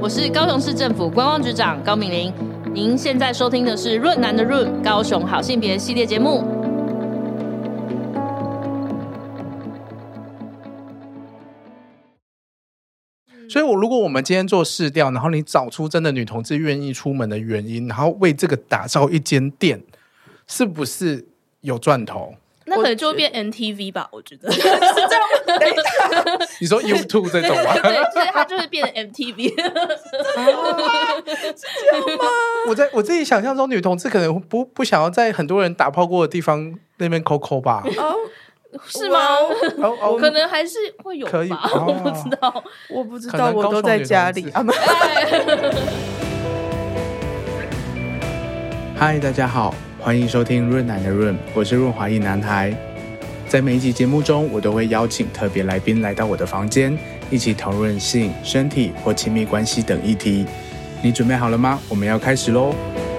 我是高雄市政府观光局长高敏玲。您现在收听的是润男的润高雄好性别系列节目。 所以如果我们今天做市调，然后你找出真的女同志愿意出门的原因，然后为这个打造一间店，是不是有赚头？ 那可能就会变 NTV 吧，我觉得是这样吗？ 你说 YouTube 这种吗？ 对，所以它就会变成 MTV 是这样吗？ 我自己想象中，女同志可能不想要在很多人打炮过的地方那边抠吧？ 是吗？可能还是会有吧， 可以我不知道， 我不知道，我都在家里。 嗨，大家好，欢迎收听润男的润，我是润滑液男孩。在每一集节目中，我都会邀请特别来宾来到我的房间，一起讨论性、身体或亲密关系等议题。你准备好了吗？我们要开始咯。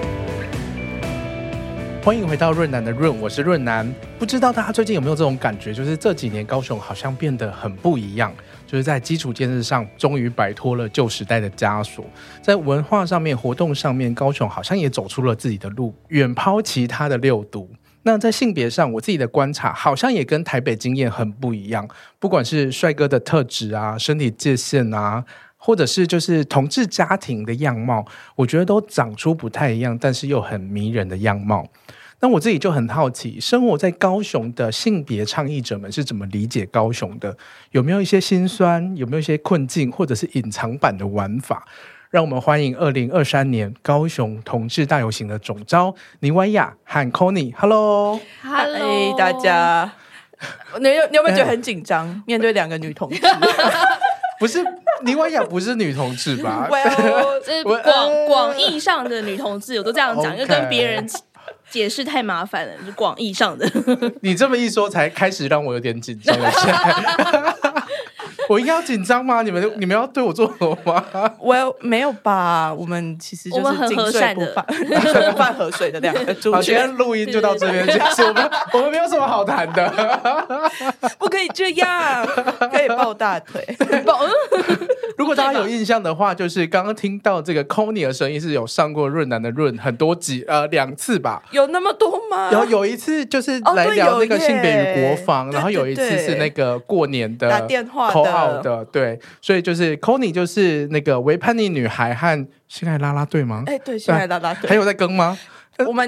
欢迎回到润男的润，我是润男。不知道大家最近有没有这种感觉，就是这几年高雄好像变得很不一样，就是在基础建设上终于摆脱了旧时代的枷锁，在文化上面、活动上面，高雄好像也走出了自己的路，远抛其他的六都。那在性别上，我自己的观察好像也跟台北经验很不一样，不管是帅哥的特质啊、身体界限啊，或者是就是同志家庭的样貌，我觉得都长出不太一样，但是又很迷人的样貌。那我自己就很好奇，生活在高雄的性别倡议者们是怎么理解高雄的？有没有一些辛酸？有没有一些困境？或者是隐藏版的玩法？让我们欢迎2023年高雄同志大游行的总召倪婉雅和 Connie。Hello， 大家，你有没有觉得很紧张？面对两个女同志？ 不是，倪婉雅不是女同志吧？ 广义上的女同志，我都这样讲，就跟别人解释太麻烦了，就广义上的。 你这么一说，才开始让我有点紧张了起来。我应该要紧张吗？你们要对我做什么吗？ 没有吧，我们其实就是井水不犯河水的两个主角。 好，今天录音就到这边结束。我们没有什么好谈的， 不可以这样，可以抱大腿。 如果大家有印象的话，就是刚刚听到这个 Connie 的声音是有上过润男的润很多集，2次吧？ 有那么多吗？ 有一次就是来聊那个性别与国防，然后有一次是那个过年的打电话的，对，所以就是 Connie 就是那个微叛逆女孩和性爱啦啦队吗？ 对，性爱啦啦队还有在更吗？ 我们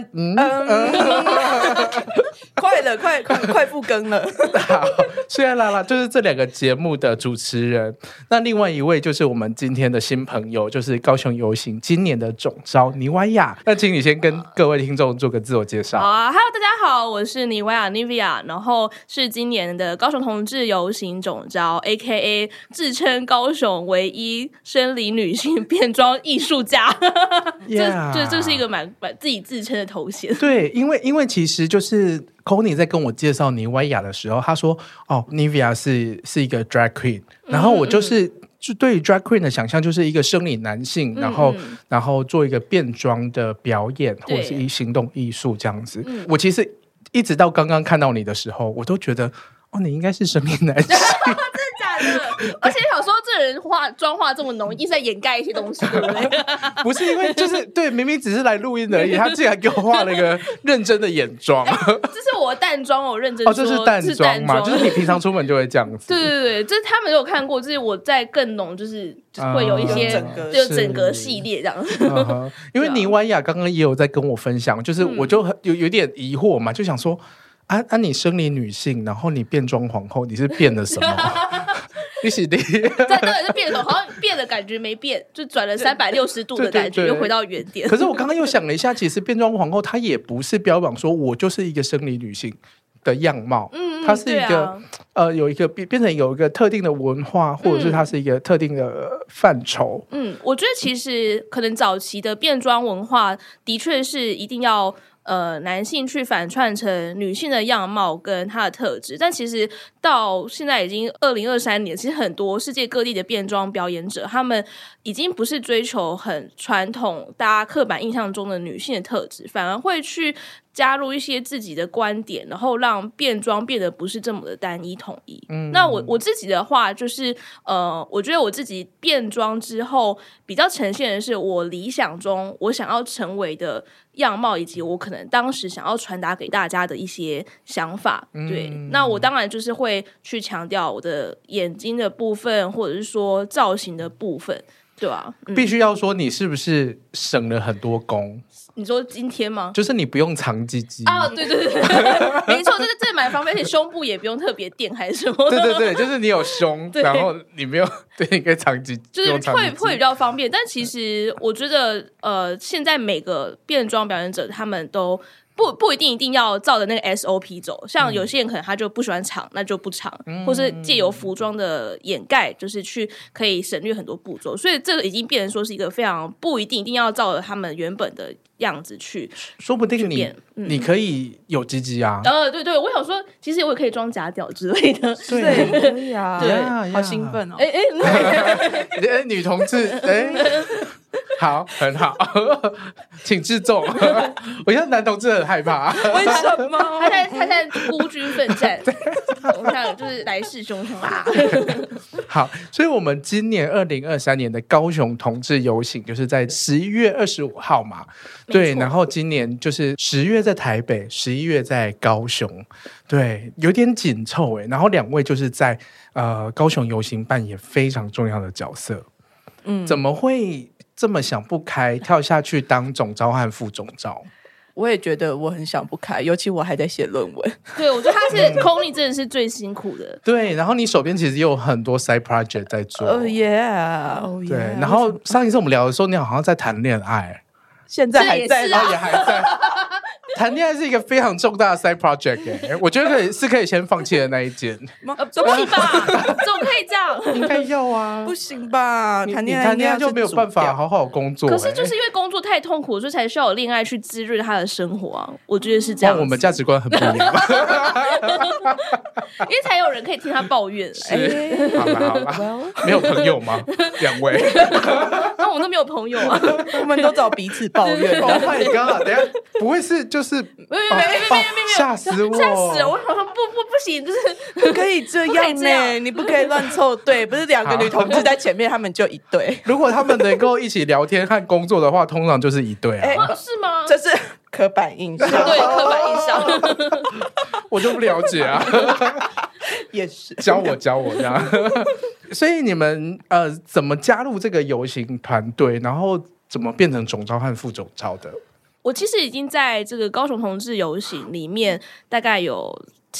快了，快复更了。 好，性爱啦啦就是这两个节目的主持人。那另外一位就是我们今天的新朋友，就是高雄游行今年的总召倪婉雅。那请你先跟各位听众做个自我介绍。 好啊 ，Hello， 大家好，我是倪婉雅 Nivia， 然后是今年的高雄同志游行总召 ，AKA 自称高雄唯一生理女性变装艺术家。这是一个蛮自己自称的头衔。 对，因为其实就是 Connie 在跟我介绍倪婉雅的时候，他说Nivia 是一个 drag queen， 然后我就对于 drag queen 的想象就是一个生理男性，然后做一个变装的表演或者是一行动艺术这样子。我其实一直到刚刚看到你的时候，我都觉得你应该是生理男性。 真的假的？而且想说这人妆化这么浓，一直在掩盖一些东西，对不对？ 不是，因为就是对，明明只是来录音而已，他竟然给我画了一个认真的眼妆。 这是我淡妆，我认真说， 这是淡妆嘛？就是你平常出门就会这样子。 对，这他们有看过，就是我在更浓，就是会有一些整个系列这样子。 因为倪婉雅刚刚也有在跟我分享，就是我就有点疑惑嘛，就想说你生理女性，然后你变装皇后，你是变了什么？你是的， 在到底是变了什么？好像变的感觉没变，就转了360度的感觉，又回到原点。 可是我刚刚又想了一下，其实变装皇后她也不是标榜说我就是一个生理女性的样貌，它是一个有一个变成有一个特定的文化，或者是它是一个特定的范畴。 我觉得其实可能早期的变装文化的确是一定要男性去反串成女性的样貌跟她的特质，但其实到现在已经2023年，其实很多世界各地的变装表演者，他们已经不是追求很传统大家刻板印象中的女性的特质，反而会去加入一些自己的观点，然后让变装变得不是这么的单一统一。那我自己的话就是我觉得我自己变装之后比较呈现的是我理想中我想要成为的样貌，以及我可能当时想要传达给大家的一些想法。对，那我当然就是会去强调我的眼睛的部分，或者是说造型的部分，对吧？ 必须要说你是不是省了很多工？ 你说今天吗？ 就是你不用藏鸡鸡啊，对对对，没错，这蛮方便，而且胸部也不用特别垫还是什么。 对对对，就是你有胸，然后你没有，对，你可以藏鸡， 就是会比较方便。但其实我觉得，现在每个变装表演者他们都不一定要照着那个 SOP 走，像有些人可能他就不喜欢长，那就不长，或是借由服装的掩盖，就是去可以省略很多步骤，所以这个已经变成说是一个非常不一定要照着他们原本的样子去， 说不定你可以有鸡鸡啊。 对对，我想说，其实我也可以装假屌之类的， 对，可以啊， 对， 好兴奋哦！ 女同志，好，很好，请自重。我现在男同志很害怕， 为什么？ 他现在孤军奋战，我想就是来势汹汹啊！ 好，所以我们今年2023年的高雄同志游行就是在11月25号嘛，对，然后今年就是10月在台北，11月在高雄，对，有点紧凑然后两位就是在高雄游行扮演非常重要的角色，怎么会这么想不开跳下去当总召和副总召？ 我也觉得我很想不开，尤其我还在写论文。 对，我觉得他是空力真的是最辛苦的。 对，然后你手边其实有很多 side project 在做。 yeah， 对，然后上一次我们聊的时候，你好像在谈恋爱， 现在还在， 然后也还在。谈恋爱是一个非常重大的 side project 我觉得可以先放弃的那一件。 不行吧？怎么可以这样？ 应该要啊， 不行吧？谈恋爱就没有办法好好工作。 可是就是因为工作太痛苦，所以才需要有恋爱去滋润他的生活啊。我觉得是这样。 我们价值观很不一样， 因为才有人可以听他抱怨。 好了，没有朋友吗？两位？ 那我都没有朋友啊， 我们都找彼此抱怨。 Oh my god！ 等一下不会是就是没吓死我！ 吓死我！我想说不行，就是不可以这样呢，你不可以乱凑对，不是两个女同志在前面，他们就一对。 如果他们能够一起聊天和工作的话，通常就是一对啊。 是吗？ 这是刻板印象， 对，刻板印象。 我就不了解啊。 也是教我这样。所以你们怎么加入这个游行团队，然后怎么变成总召和副总召的？ 我其实已经在这个高雄同志游行里面大概有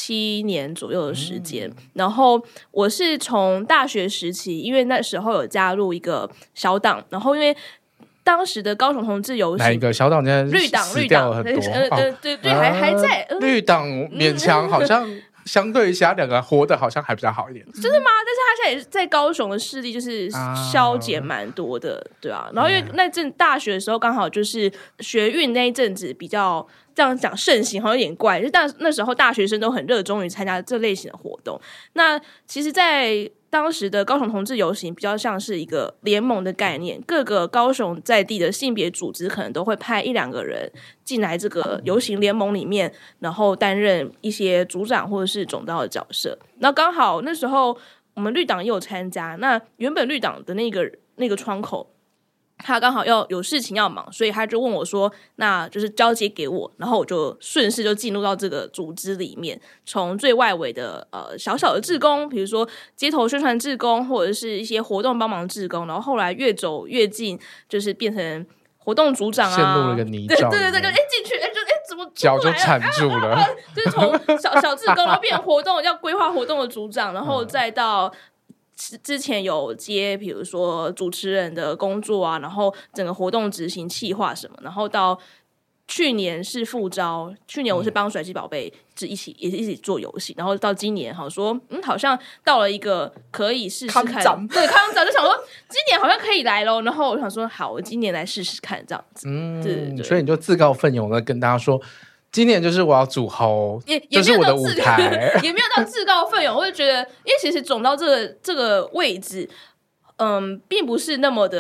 7年左右的时间，然后我是从大学时期，因为那时候有加入一个小党，然后因为当时的高雄同志游行， 哪一个小党？现在绿党很多， 对，还在绿党勉强好像。相对于其他两个活的好像还比较好一点， 真的吗？但是他现在也是在高雄的势力就是消减蛮多的，对啊。然后因为那阵大学的时候刚好就是学运那一阵子比较这样讲盛行，好像有点怪，就那时候大学生都很热衷于参加这类型的活动。那其实，在当时的高雄同志游行比较像是一个联盟的概念，各个高雄在地的性别组织可能都会派1-2个人进来这个游行联盟里面，然后担任一些组长或者是总召的角色。那刚好那时候我们绿党也有参加，那原本绿党的那个窗口他刚好要有事情要忙，所以他就问我说那就是交接给我，然后我就顺势就进入到这个组织里面，从最外围的小小的志工，比如说街头宣传志工或者是一些活动帮忙志工，然后后来越走越近，就是变成活动组长啊， 陷入了一个泥沼， 对，就进去就怎么脚就缠住了， 就是从小志工然后变成活动要规划活动的组长，然后再到之前有接比如说主持人的工作啊，然后整个活动执行企划什么，然后到去年是副召，去年我是帮甩鸡宝贝也是一起做游戏，然后到今年好说好像到了一个可以试试看，对，康长就想说今年好像可以来咯，然后我想说好，我今年来试试看这样子，对， 所以你就自告奋勇的跟大家说今年就是我要组猴，就是我的舞台， 也没有到自告奋勇。我就觉得，因为其实总到这个位置，并不是那么的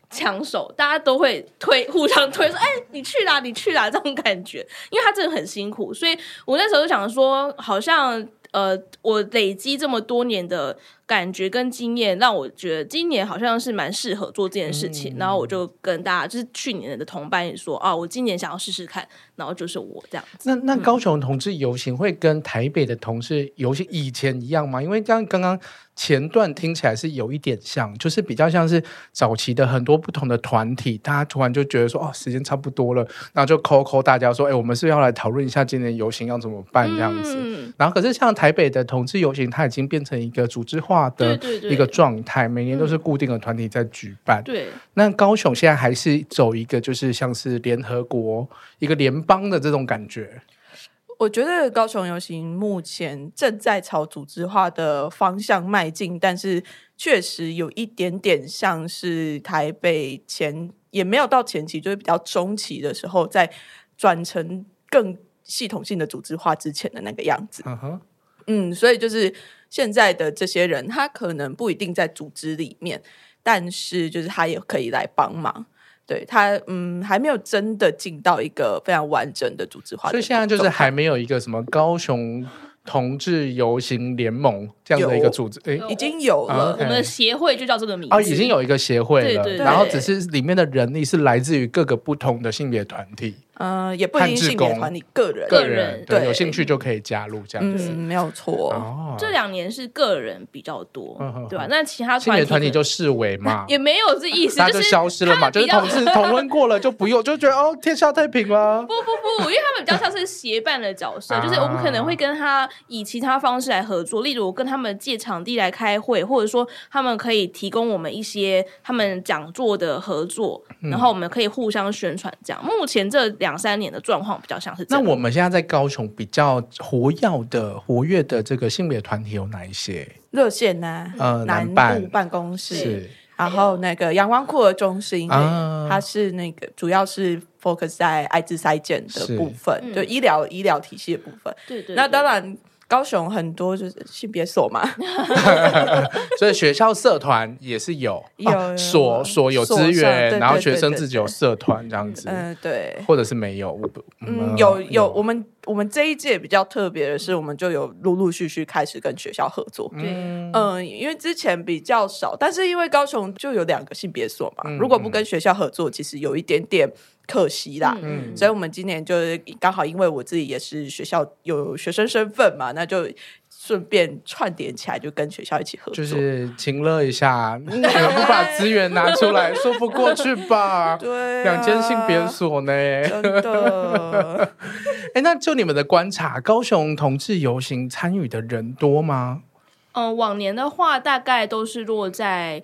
抢手，大家都会互相推说哎你去啦你去啦这种感觉，因为他真的很辛苦，所以我那时候就想说好像我累积这么多年的感觉跟经验，让我觉得今年好像是蛮适合做这件事情，然后我就跟大家就是去年的同伴也说啊，我今年想要试试看，然后就是我这样子。 那高雄同志游行会跟台北的同志游行以前一样吗？因为刚刚前段听起来是有一点像，就是比较像是早期的很多不同的团体，大家突然就觉得说哦时间差不多了，然后就 call 大家说我们是不是要来讨论一下今年游行要怎么办这样子。然后可是像台北的同志游行，它已经变成一个组织化的一个状态，每年都是固定的团体在举办。 对， 那高雄现在还是走一个就是像是联合国一个联邦的这种感觉。 我觉得高雄游行目前正在朝组织化的方向迈进，但是确实有一点点像是台北也没有到前期，就是比较中期的时候，在转成更系统性的组织化之前的那个样子。所以就是现在的这些人，他可能不一定在组织里面，但是就是他也可以来帮忙。对他还没有真的进到一个非常完整的组织化的， 所以现在就是还没有一个什么高雄同志游行联盟这样的一个组织。 已经有了， 我们的协会就叫这个名字。 已经有一个协会了。 对， 然后只是里面的人力是来自于各个不同的性别团体。 也不一定性别团体，个人对，有兴趣就可以加入这样子。 没有错。 这2年是个人比较多，对吧？那其他性别团体就视为嘛， 也没有这意思， 他就消失了嘛，就是同志同婚过了就不用，就觉得天下太平了。 不，因为他们比较像是协办的角色，就是我们可能会跟他以其他方式来合作，例如跟他们借场地来开会，或者说他们可以提供我们一些他们讲座的合作，然后我们可以互相宣传这样。目前这2-3年的状况比较像是这样。 那我们现在在高雄比较活跃的这个性别团体有哪一些？ 热线啊，南部办公室，然后那个阳光酷儿中心，它是那个主要是 focus 在艾滋筛检的部分，就医疗体系的部分。 对， 那当然高雄很多就是性别所嘛， 所以学校社团也是有所有资源，然后学生自己有社团这样子。 对， 或者是没有。 有我们这一届比较特别的是，我们就有陆续开始跟学校合作。因为之前比较少，但是因为高雄就有2个性别所嘛，如果不跟学校合作，其实有一点点可惜啦。所以我们今年就是刚好因为我自己也是学校有学生身份嘛，那就顺便串联起来，就跟学校一起合作， 就是情乐一下。你们不把资源拿出来，说不过去吧？ 对 ，2间性别所呢， 真的。 那就你们的观察，高雄同志游行参与的人多吗？ 往年的话，大概都是落在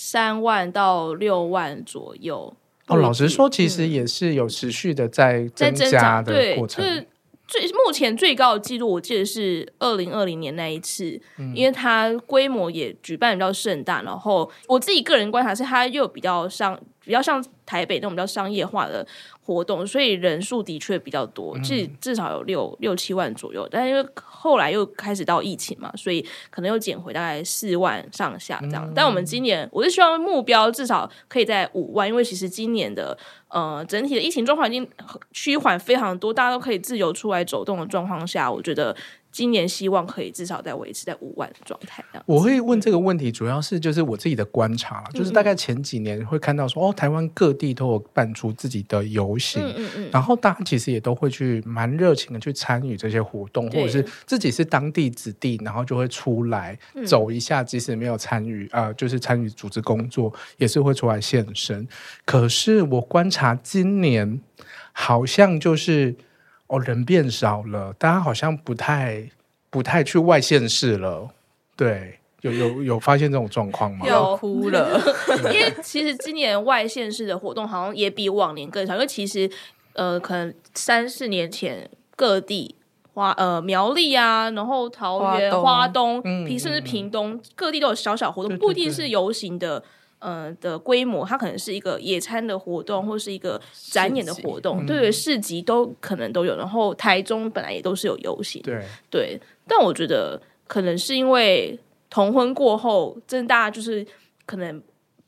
3万到6万左右。 老实说，其实也是有持续的在增加的过程。 目前最高的记录，我记得是2020年那一次，因为它规模也举办比较盛大，然后我自己个人观察是，它又比较像台北那种比较商业化的活动，所以人数的确比较多，至少有6-7万左右。但是因为后来又开始到疫情嘛，所以可能又减回大概4万上下这样。但我们今年我是希望目标至少可以在5万，因为其实今年的整体的疫情状况已经趋缓非常多，大家都可以自由出来走动的状况下，我觉得今年希望可以至少再维持在5万的状态。 我会问这个问题，主要是就是我自己的观察啦，就是大概前几年会看到说，台湾各地都有办出自己的游行，然后大家其实也都会去蛮热情的去参与这些活动，或者是自己是当地子弟，然后就会出来走一下，即使没有参与就是参与组织工作，也是会出来现身。可是我观察今年好像就是人变少了，大家好像不太去外县市了。对，有发现这种状况吗？ 要哭了。 因为其实今年外县市的活动好像也比往年更少，因为其实可能3-4年前各地苗栗啊，然后桃园、花东，甚至屏东各地都有小小活动，不一定是游行的规模，它可能是一个野餐的活动，或是一个展演的活动，对，市集都可能都有。然后台中本来也都是有游行，对。但我觉得可能是因为同婚过后，真的大家就是可能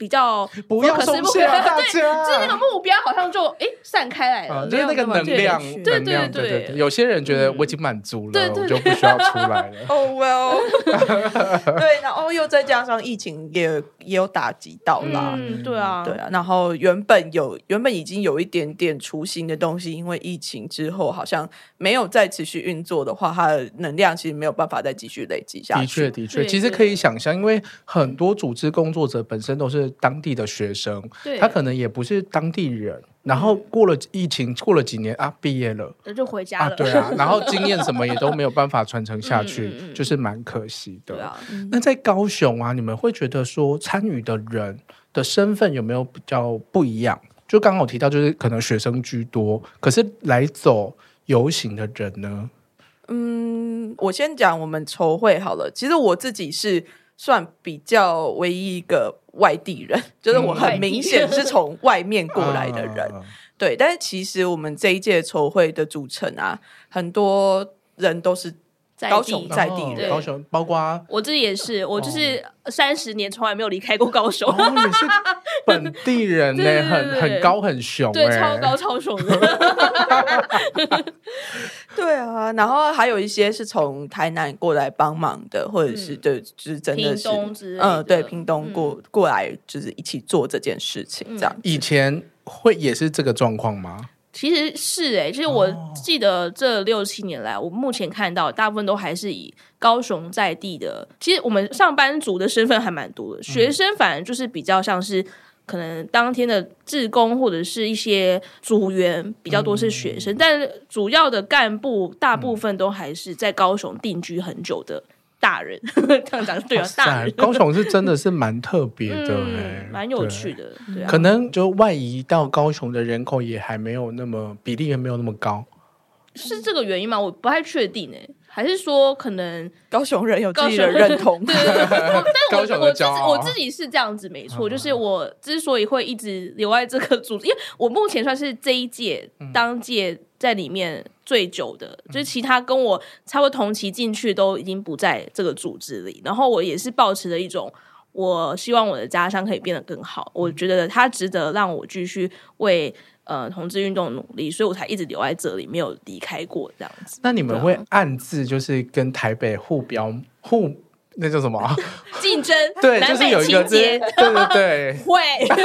比较不要松懈啊，大家， 就是那个目标好像就散开来了， 就是那个能量， 对能量，对，有些人觉得我已经满足了，我就不需要出来了。 Oh well， 对，然后又再加上疫情也有打击到啦， 对啊， 然后原本已经有一点点雏形的东西，因为疫情之后好像没有再持续运作的话，它的能量其实没有办法再继续累积下去。 的确，其实可以想象，因为很多组织工作者本身都是当地的学生，他可能也不是当地人，然后过了疫情，过了几年啊，毕业了就回家了， 对啊，然后经验什么也都没有办法传承下去，就是蛮可惜的。 对啊， 那在高雄啊，你们会觉得说参与的人的身份有没有比较不一样？就刚刚有提到，就是可能学生居多，可是来走游行的人呢？ 我先讲我们筹会好了。其实我自己是算比较唯一一个外地人，就是我很明显是从外面过来的人。对，但是其实我们这一届筹会的组成啊，很多人都是高雄在地人， 高雄包括我自己也是，我就是30年从来没有离开过高雄， 也是本地人呢，很高很雄， 对，超高超雄的。 对啊，然后还有一些是从台南过来帮忙的，或者是对，就是真的是屏东之类的， 对，屏东过来就是一起做这件事情，这样。 以前会也是这个状况吗？ 其实是其实我记得这6-7年来，我目前看到大部分都还是以高雄在地的。其实我们上班族的身份还蛮多的，学生反而就是比较像是可能当天的志工或者是一些组员比较多是学生，但主要的干部大部分都还是在高雄定居很久的大人。这样讲对啊，大人。 高雄是真的是蛮特别的， 蛮有趣的。对啊， 可能就外移到高雄的人口也还没有那么比例，也没有那么高， 是这个原因吗？我不太确定还是说可能高雄人有自己的认同？ 对，但我自己是这样子，没错。就是我之所以会一直留在这个组织，因为我目前算是这一届当届在里面最久的，就是其他跟我差不多同期进去都已经不在这个组织里。然后我也是抱持了一种，我希望我的家乡可以变得更好，我觉得它值得让我继续为同志运动努力，所以我才一直留在这里，没有离开过这样子。 那你们会暗自就是跟台北那叫什么竞争？ 对，就是有一个对， 会。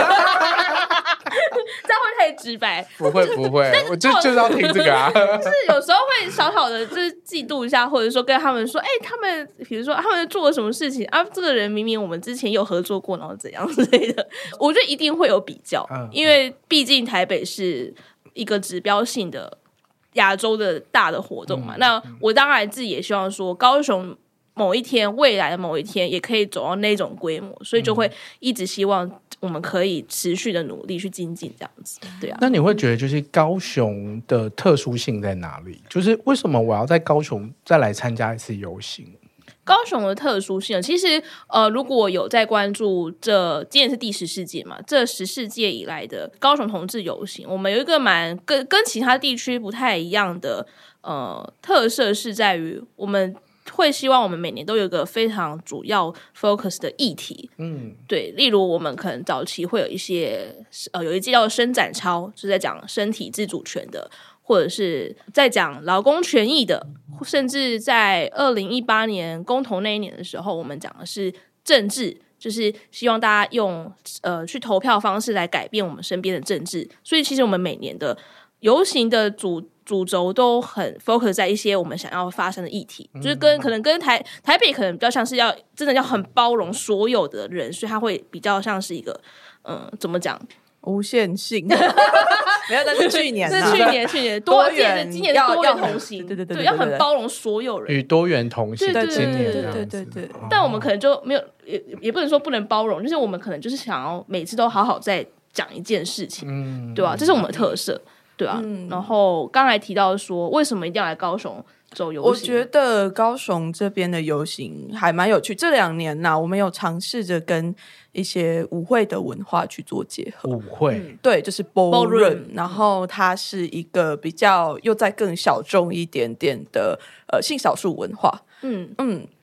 这样会太直白？ 不会，我就是要听这个啊。 就是有时候会小小的，就是嫉妒一下，或者说跟他们说，他们比如说他们做了什么事情啊，这个人明明我们之前有合作过，然后怎样之类的，我觉得一定会有比较，因为毕竟台北是一个指标性的亚洲的大的活动嘛。那我当然自己也希望说，高雄未来的某一天也可以走到那种规模，所以就会一直希望我们可以持续的努力去精进这样子。对啊， 那你会觉得就是高雄的特殊性在哪里？就是为什么我要在高雄再来参加一次游行？ 高雄的特殊性，其实如果有在关注今年是第14届嘛，这14届以来的高雄同志游行，我们有一个跟其他地区不太一样的特色，是在于我们会希望我们每年都有一个非常主要 focus 的议题，对，例如我们可能早期会有一些有一届叫伸展操，是在讲身体自主权的，或者是在讲劳工权益的，甚至在2018年公投那一年的时候，我们讲的是政治，就是希望大家用去投票方式来改变我们身边的政治。所以其实我们每年的游行的主轴都很 focus 在一些我们想要发生的议题，就是可能跟台北可能比较像是真的要很包容所有的人，所以它会比较像是一个怎么讲？ 无限性没有，但是去年多元，今年多元同行，对，要很包容所有人， 与多元同行的今年， 对。 但我们可能就没有，也不能说不能包容，就是我们可能就是想要每次都好好再讲一件事情，对吧？这是我们的特色。对啊，然后刚才提到说，为什么一定要来高雄走游行？ 我觉得高雄这边的游行还蛮有趣。这2年我们有尝试着跟一些舞会的文化去做结合。 舞会， 对，就是 ballroom， 然后它是一个比较又再更小众一点点的性少数文化。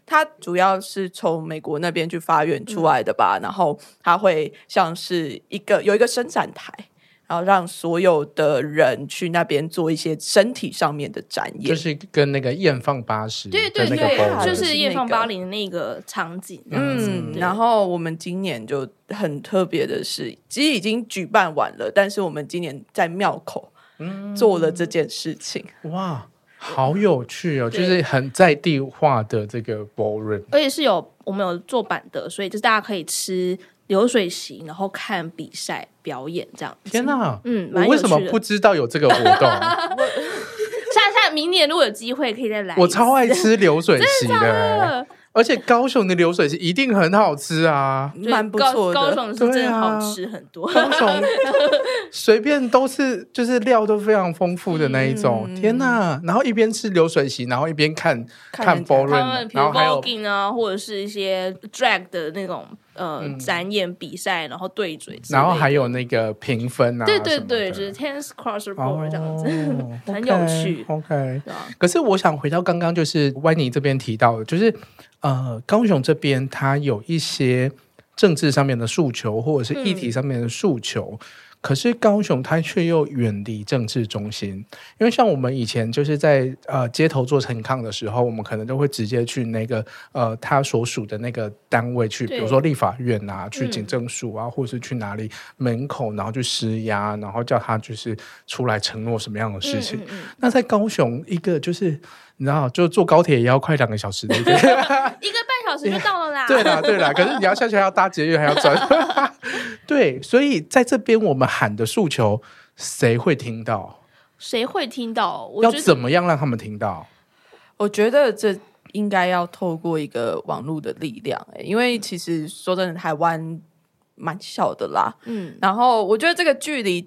它主要是从美国那边去发源出来的吧，然后它会像是有一个伸展台，然后让所有的人去那边做一些身体上面的展演， 就是跟那个艳放80 对对的那个对， ballroom 就是夜放80的那个场景。对然后我们今年就很特别的是，其实已经举办完了，但是我们今年在庙口做了这件事情。 哇，好有趣哦，就是很在地化的这个 ballroom， 而且我们有做板的，所以就是大家可以吃流水席，然后看比赛表演这样子。 天哪， 蛮有趣的。 我为什么不知道有这个活动？ 下明年如果有机会可以再来一次。 我超爱吃流水席的而且高雄的流水席一定很好吃啊， 蛮不错的。 高雄是真的好吃很多， 高雄随便都是就是料都非常丰富的那一种，天哪！然后一边吃流水席，然后一边看 ballroom， 然后还有 voguing 啊，或者是一些 drag 的那种展演比赛，然后对嘴， 然后还有那个评分啊， 对对对，就是 tennis crossover 这样子，很有趣。 OK， 可是我想回到刚刚就是歪妮这边提到的，就是高雄这边它有一些政治上面的诉求，或者是议题上面的诉求。可是高雄它却又远离政治中心，因为像我们以前就是在街头做陈抗的时候，我们可能都会直接去那个他所属的那个单位去，比如说立法院啊，去警政署啊，或者是去哪里门口，然后去施压，然后叫他就是出来承诺什么样的事情。那在高雄一个就是你知道，就坐高铁也要快2个小时的一个 1个半小时就到了啦。 对啦对啦，可是你要下去还要搭捷运还要转。对，所以在这边我们喊的诉求，谁会听到？ 谁会听到？ 要怎么样让他们听到？ 我觉得这应该要透过一个网络的力量，因为其实说真的，台湾蛮小的啦，然后我觉得这个距离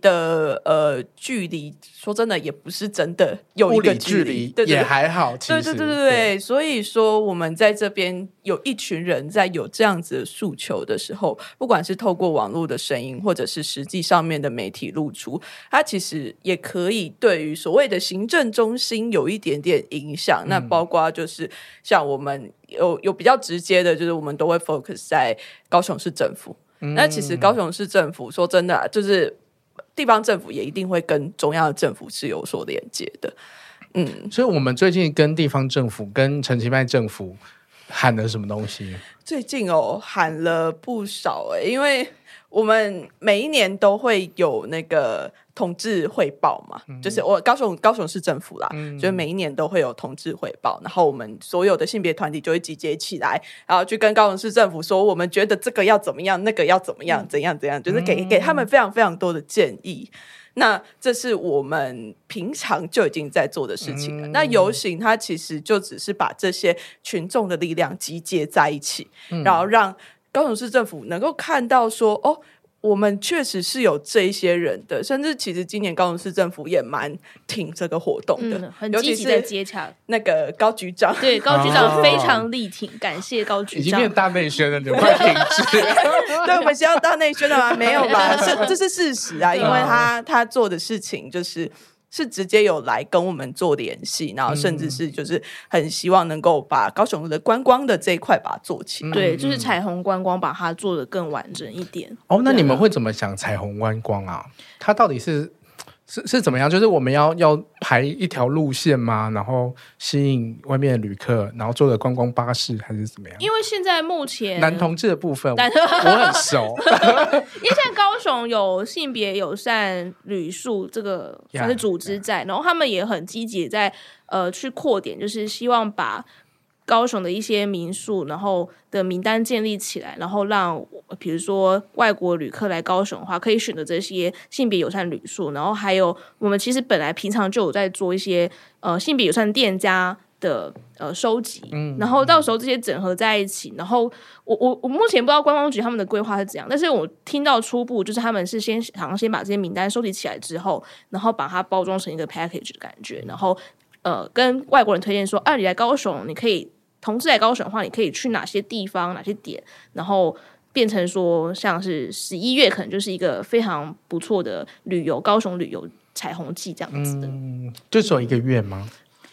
说真的也不是真的有一个距离，对对对， 也还好，其实对，所以说我们在这边有一群人在有这样子的诉求的时候，不管是透过网络的声音，或者是实际上面的媒体露出，它其实也可以对于所谓的行政中心有一点点影响。那包括就是像我们有比较直接的，就是我们都会 focus 在高雄市政府。那其实高雄市政府说真的就是地方政府也一定会跟中央的政府是有所连接的。 所以我们最近跟地方政府跟陈其迈政府喊了什么东西？ 最近喊了不少因为我们每一年都会有那个同志汇报嘛，就是高雄市政府啦，就是每一年都会有同志汇报，然后我们所有的性别团体就会集结起来，然后去跟高雄市政府说，我们觉得这个要怎么样，那个要怎么样，怎样怎样，就是给他们非常非常多的建议。那这是我们平常就已经在做的事情了。那游行它其实就只是把这些群众的力量集结在一起，然后让高雄市政府能够看到说我们确实是有这一些人的，甚至其实今年高雄市政府也蛮挺这个活动的， 很积极的接洽。 那个高局长， 对，高局长非常力挺，感谢高局长。 已经变大内宣了，你快停止！ 对，我们是要大内宣的吗？没有吧？这是事实啊，因为他做的事情是直接有来跟我们做联系，然后甚至是就是很希望能够把高雄的观光的这一块把它做起来。 对，就是彩虹观光把它做得更完整一点。 那你们会怎么想彩虹观光啊？它到底是怎么样？就是我们要排一条路线吗？然后吸引外面的旅客，然后坐的观光巴士还是怎么样？ 因为现在目前男同志的部分我很熟， 因为现在高雄有性别友善旅宿这个算是组织在，然后他们也很积极在去扩点，就是希望把高雄的一些民宿然后的名单建立起来，然后让比如说外国旅客来高雄的话可以选择这些性别友善旅宿，然后还有我们其实本来平常就有在做一些性别友善店家的收集，然后到时候这些整合在一起，然后我目前不知道观光局他们的规划是怎样，但是我听到初步就是他们是好像先把这些名单收集起来之后，然后把它包装成一个 package 的感觉，然后跟外国人推荐说你来高雄你可以同志来高雄的话你可以去哪些地方哪些点，然后变成说像是11月可能就是一个非常不错的高雄旅游彩虹季这样子的。 就只有1个月吗？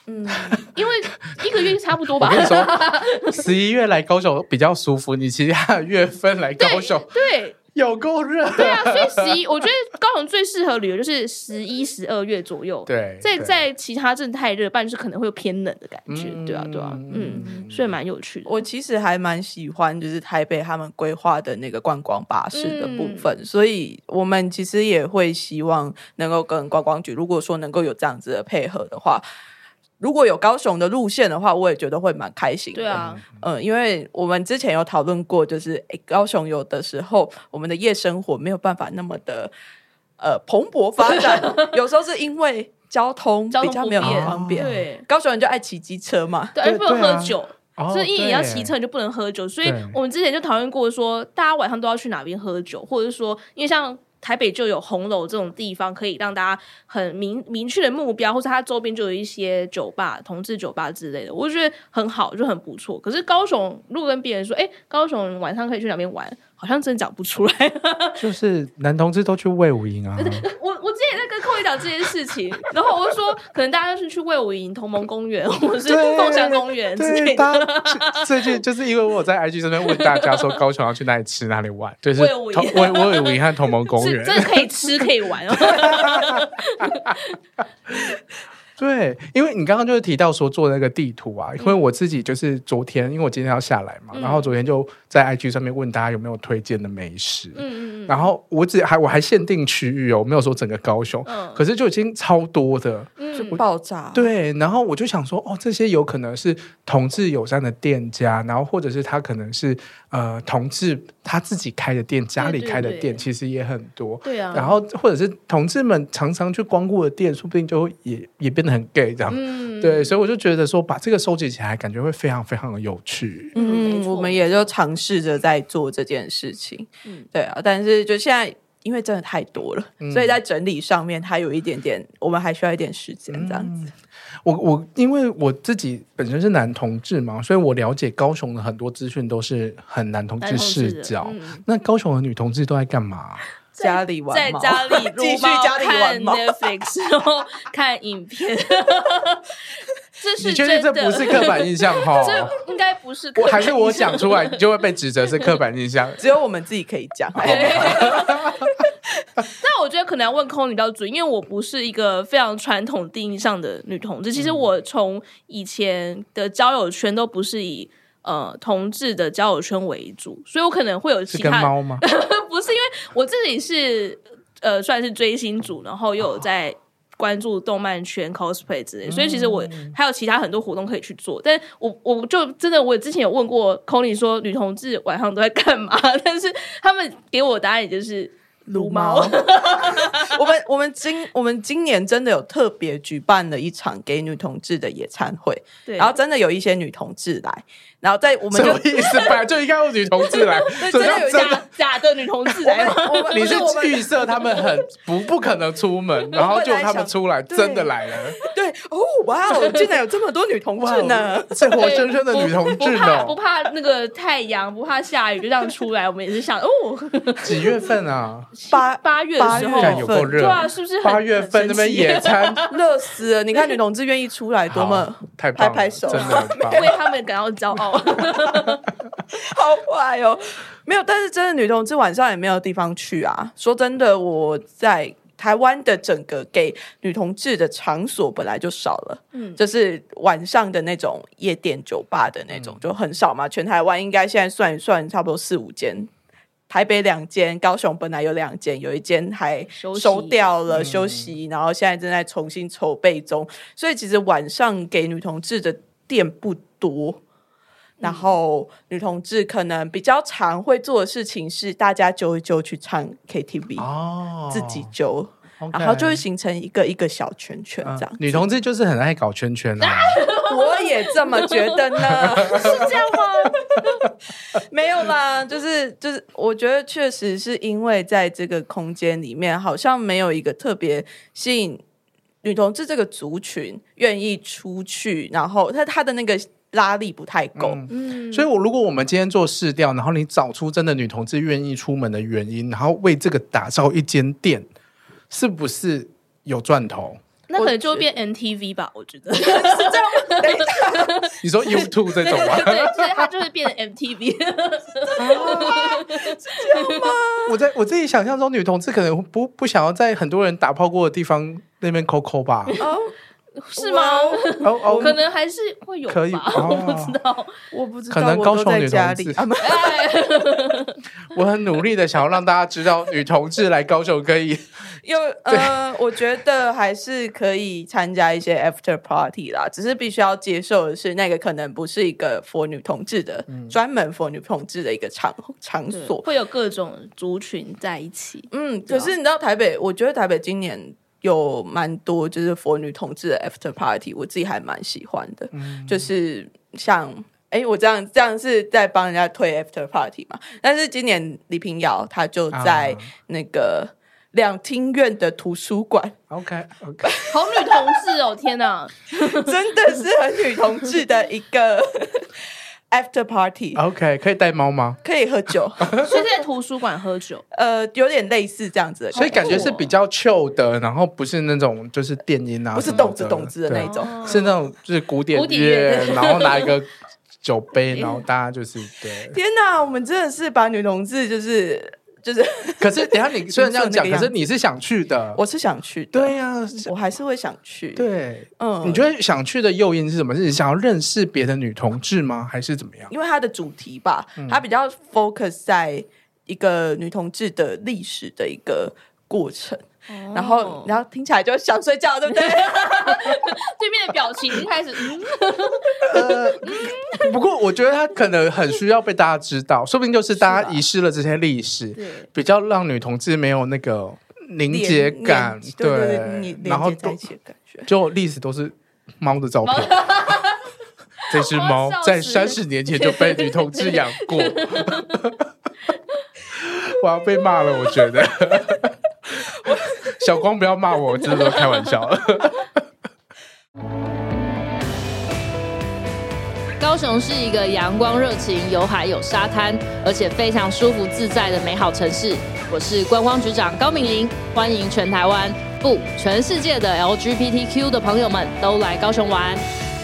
因为1个月差不多吧。 我跟你说11月来高雄比较舒服，你其他的月份来高雄对有够热。 对啊，所以我觉得高雄最适合旅游就是11、12月左右。 对， 在其他真的太热，不然就是可能会有偏冷的感觉。对啊，所以蛮有趣的。 我其实还蛮喜欢就是台北他们规划的那个观光巴士的部分，所以我们其实也会希望能够跟观光局，如果说能够有这样子的配合的话，如果有高雄的路线的话，我也觉得会蛮开心的。 对啊， 因为我们之前有讨论过，就是高雄有的时候我们的夜生活没有办法那么的蓬勃发展，有时候是因为交通比较没有那么方便。 对， 高雄人就爱骑机车嘛， 对，而且不能喝酒。所以你要对骑车，你就不能喝酒。所以我们之前就讨论过说，大家晚上都要去哪边喝酒，或者是说，因为像台北就有红楼这种地方，可以让大家很明确的目标，或者它周边就有一些酒吧、同志酒吧之类的，我觉得很好，就很不错。可是高雄，如果跟别人说，高雄晚上可以去哪边玩，好像真讲不出来。 就是男同志都去卫武营啊。 我之前在跟寇一讲这件事情，然后我就说，可能大家就是去卫武营、同盟公园，或者是凤翔公园之类的。 最近就是因为我在 IG 上面问大家说，高雄要去哪里吃、哪里玩，就是卫武营和同盟公园， 真的可以吃可以玩哦。 对，因为你刚刚就是提到说做那个地图啊，因为我自己就是昨天，因为我今天要下来嘛，然后昨天就在 IG 上面问大家有没有推荐的美食，然后我还限定区域哦，我没有说整个高雄，可是就已经超多的， 就爆炸。 对，然后我就想说，这些有可能是同志友善的店家，然后或者是他可能是同志他自己开的店，家里开的店，其实也很多， 对啊， 然后或者是同志们常常去光顾的店，说不定就会也变得很 gay 这样，对，所以我就觉得说把这个收集起来，感觉会非常非常的有趣。 我们也就尝试着在做这件事情，对啊，但是就现在因为真的太多了，所以在整理上面它有一点点，我们还需要一点时间这样子。 我因为我自己本身是男同志嘛，所以我了解高雄的很多资讯都是很男同志视角。那高雄的女同志都在干嘛？ 家里玩， 在家里继续家里玩看 Netflix， 然后看影片。这是你确定这不是刻板印象哈？ 这应该不是刻板印象， 还是我讲出来，你就会被指责是刻板印象？ 只有我们自己可以讲。 但我觉得可能要问Connie比较准，因为我不是一个非常传统定义上的女同志。其实我从以前的交友圈都不是以同志的交友圈为主，所以我可能会有其他。 是跟猫吗？ 不是，因为我自己是算是追星族，然后又有在关注动漫圈 cosplay 之类，所以其实我还有其他很多活动可以去做。但我就真的，我之前有问过 Connie 说女同志晚上都在干嘛，但是他们给我的答案也就是撸猫。 我们今年真的有特别举办了一场给女同志的野餐会，然后真的有一些女同志来，然后在我们什么意思？本来就应该有女同志来， 真的有假的女同志来吗？ 你是预设他们很不可能出门，然后就他们出来真的来了。 对哦，哇哦，竟然有这么多女同志呢， 是活生生的女同志呢， 不怕那个太阳，不怕下雨，就这样出来。我们也是想几月份啊 ？8月的时候， 有够热， 对啊，是不是 ？8月份那边野餐， 热死了！你看女同志愿意出来，多么太棒了， 拍手， 真的很棒， 为他们感到骄傲。 好坏哦，没有，但是真的女同志晚上也没有地方去啊。说真的，我在台湾的整个给女同志的场所本来就少了，就是晚上的那种夜店酒吧的那种就很少嘛。全台湾应该现在算一算，差不多4-5间。台北2间，高雄本来有2间，有一间还收掉了休息，然后现在正在重新筹备中。所以其实晚上给女同志的店不多。然后女同志可能比较常会做的事情是大家揪一揪去唱 KTV，自己揪，然后就会形成一个小圈圈这样。 女同志就是很爱搞圈圈啊， 我也这么觉得呢。 是这样吗？ 没有啦，就是我觉得确实是因为在这个空间里面好像没有一个特别吸引女同志这个族群愿意出去，然后他的那个拉力不太够， 所以如果我们今天做市调，然后你找出真的女同志愿意出门的原因，然后为这个打造一间店，是不是有赚头？ 那可能就会变 MTV 吧，我觉得是这样。等一下， 你说 YouTube 这种吗？ 对，所以它就是变成 MTV。 我自己想象中，女同志可能不想要在很多人打炮过的地方那边抠吧。 是吗？可能还是会有吧， 可以我不知道， 我不知道， 可能高雄女我都在家同志里。 我很努力的想要让大家知道，女同志来高雄可以我觉得还是可以参加一些 after party 啦，只是必须要接受的是，那个可能不是一个 for 女同志的，专门 for 女同志的一个场所， 会有各种族群在一起。 可是你知道台北，我觉得台北今年有蛮多就是 for 女同志的 after party， 我自己还蛮喜欢的，就是像我这样是在帮人家推 after party 嘛，但是今年李平遥他就在那个两厅院的图书馆 OK 好女同志哦，天哪， 真的是很女同志的一个after party。 OK 可以带猫吗？ 可以喝酒所以在图书馆喝酒， 有点类似这样子的， 所以感觉是比较 chill 的，然后不是那种就是电音啊， 不是动子的那一种， 是那种就是古典乐，然后拿一个酒杯，然后大家就是对。 天哪，我们真的是把女同志就是可是等一下你虽然这样讲，可是你是想去的， 我是想去的， 对呀， 我还是会想去。 对，你觉得想去的诱因是什么？是想要认识别的女同志吗？还是怎么样？ 因为它的主题吧，它比较 focus 在一个女同志的历史的一个过程。然后听起来就想睡觉，对不对？ 对面的表情一开始， 不过我觉得他可能很需要被大家知道，说不定就是大家遗失了这些历史，比较让女同志没有那个凝结感， 对， 然后在一起的感觉， 就历史都是猫的照片。这只猫在30年前就被女同志养过，我要被骂了，我觉得。小光不要骂我，真的都开玩笑了。 高雄是一个阳光热情、有海有沙滩，而且非常舒服自在的美好城市。我是观光局长高敏玲，欢迎全台湾不全世界的 LGBTQ 的朋友们都来高雄玩。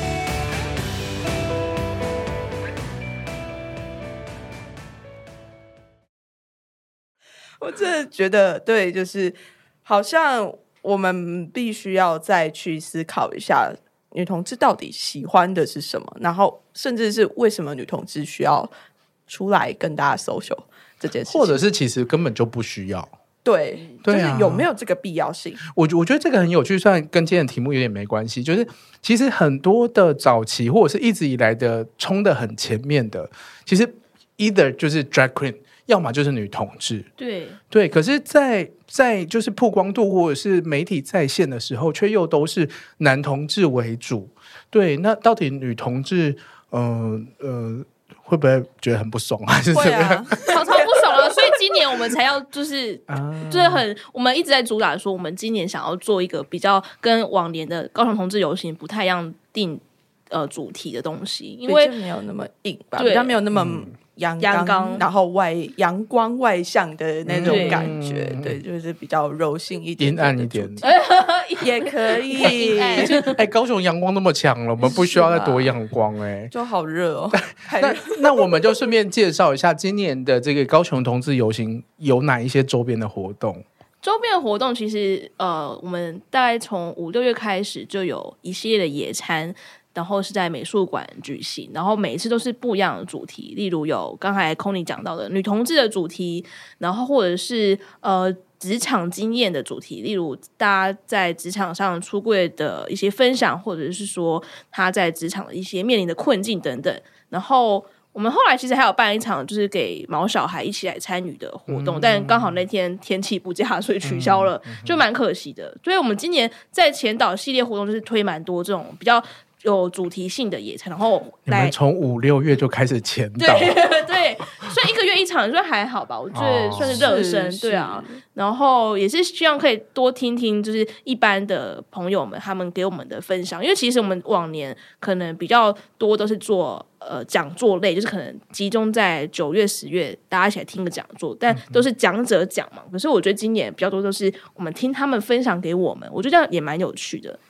我真的觉得对，就是好像我们必须要再去思考一下女同志到底喜欢的是什么，然后甚至是为什么女同志需要出来跟大家 social 这件事情， 或者是其实根本就不需要。 对，就是有没有这个必要性？ 我觉得这个很有趣，虽然跟今天的题目有点没关系，就是其实很多的早期或者是一直以来的冲得很前面的，其实 either 就是 drag queen，要么就是女同志，对，可是在就是曝光度或者是媒体在线的时候，却又都是男同志为主。对，那到底女同志，会不会觉得很不爽，还是怎么样？ 超不爽了。所以今年我们才要就是我们一直在主打说，我们今年想要做一个比较跟往年的高雄同志游行不太一样定主题的东西，因为没有那么硬吧，比较没有那么阳刚，然后阳光外向的那种感觉，对，就是比较柔性一点， 阴暗一点也可以。 高雄阳光那么强了，我们不需要再多阳光就好热哦。 那我们就顺便介绍一下今年的这个高雄同志游行有哪一些周边的活动。 周边的活动其实我们大概从5、6月开始就有一系列的野餐，然后是在美术馆举行，然后每一次都是不一样的主题，例如有刚才 Connie 讲到的女同志的主题，然后或者是职场经验的主题，例如大家在职场上出柜的一些分享，或者是说他在职场的一些面临的困境等等。然后我们后来其实还有办一场就是给毛小孩一起来参与的活动，但刚好那天天气不佳，所以取消了，就蛮可惜的。所以我们今年在前导系列活动就是推蛮多这种比较有主题性的野餐，然后你们从5、6月就开始前导， 对，所以1个月1场，所以还好吧，我觉得算是热身，对啊。然后也是希望可以多听听，就是一般的朋友们他们给我们的分享，因为其实我们往年可能比较多都是做讲座类，就是可能集中在9月、10月大家一起来听个讲座，但都是讲者讲嘛。可是我觉得今年比较多都是我们听他们分享给我们，我觉得这样也蛮有趣的。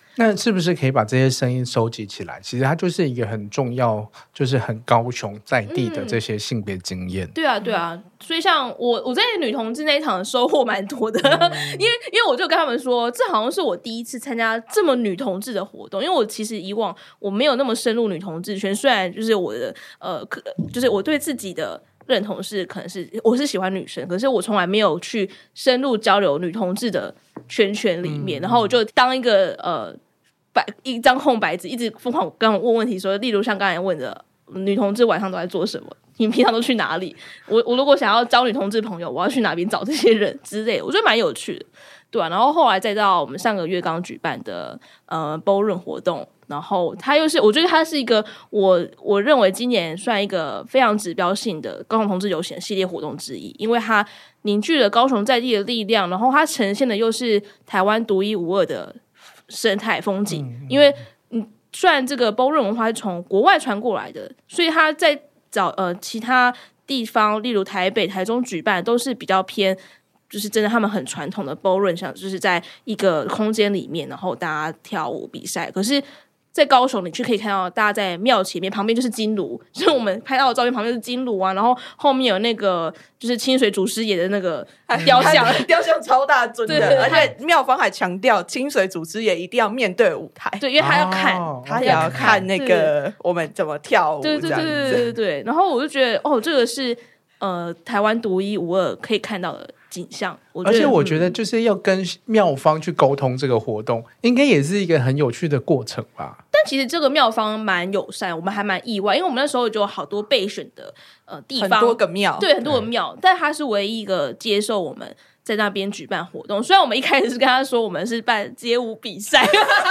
那是不是可以把这些声音收集起来？其实它就是一个很重要，就是很高雄在地的这些性别经验。 对啊，对啊，所以像我在女同志那一场收获蛮多的，因为我就跟他们说，这好像是我第一次参加这么女同志的活动，因为我其实以往我没有那么深入女同志圈，虽然就是我的就是我对自己的认同是可能是我是喜欢女生，可是我从来没有去深入交流女同志的圈里面，然后我就当一个一张空白纸，一直疯狂跟我问问题说，例如像刚才问的女同志晚上都在做什么，你平常都去哪里，我如果想要交女同志朋友，我要去哪边找这些人之类的，我觉得蛮有趣的，对啊，然后后来再到我们上个月刚举办的Ballroom 活动，然后它又是我觉得它是一个我认为今年算一个非常指标性的高雄同志游行系列活动之一，因为它凝聚了高雄在地的力量，然后它呈现的又是台湾独一无二的生态风景，因为虽然这个 Ballroom 文化是从国外传过来的，所以它在其他地方，例如台北、台中举办都是比较偏。就是真的，他们很传统的 ballroom， 像就是在一个空间里面，然后大家跳舞比赛。可是，在高雄，你去可以看到大家在庙前面，旁边就是金炉，就是我们拍到的照片旁边是金炉啊，然后后面有那个就是清水祖师爷的那个雕像， 雕像超大尊的， 对而且庙方还强调清水祖师爷一定要面对舞台， 对，因为他要看， 他也要看那个我们怎么跳舞， 对。然后我就觉得，这个是台湾独一无二可以看到的景象， 而且我觉得就是要跟庙方去沟通这个活动，应该也是一个很有趣的过程吧。 但其实这个庙方蛮友善，我们还蛮意外，因为我们那时候就有好多备选的地方， 很多个庙， 对，很多个庙，但他是唯一一个接受我们在那边举办活动。虽然我们一开始是跟他说我们是办街舞比赛。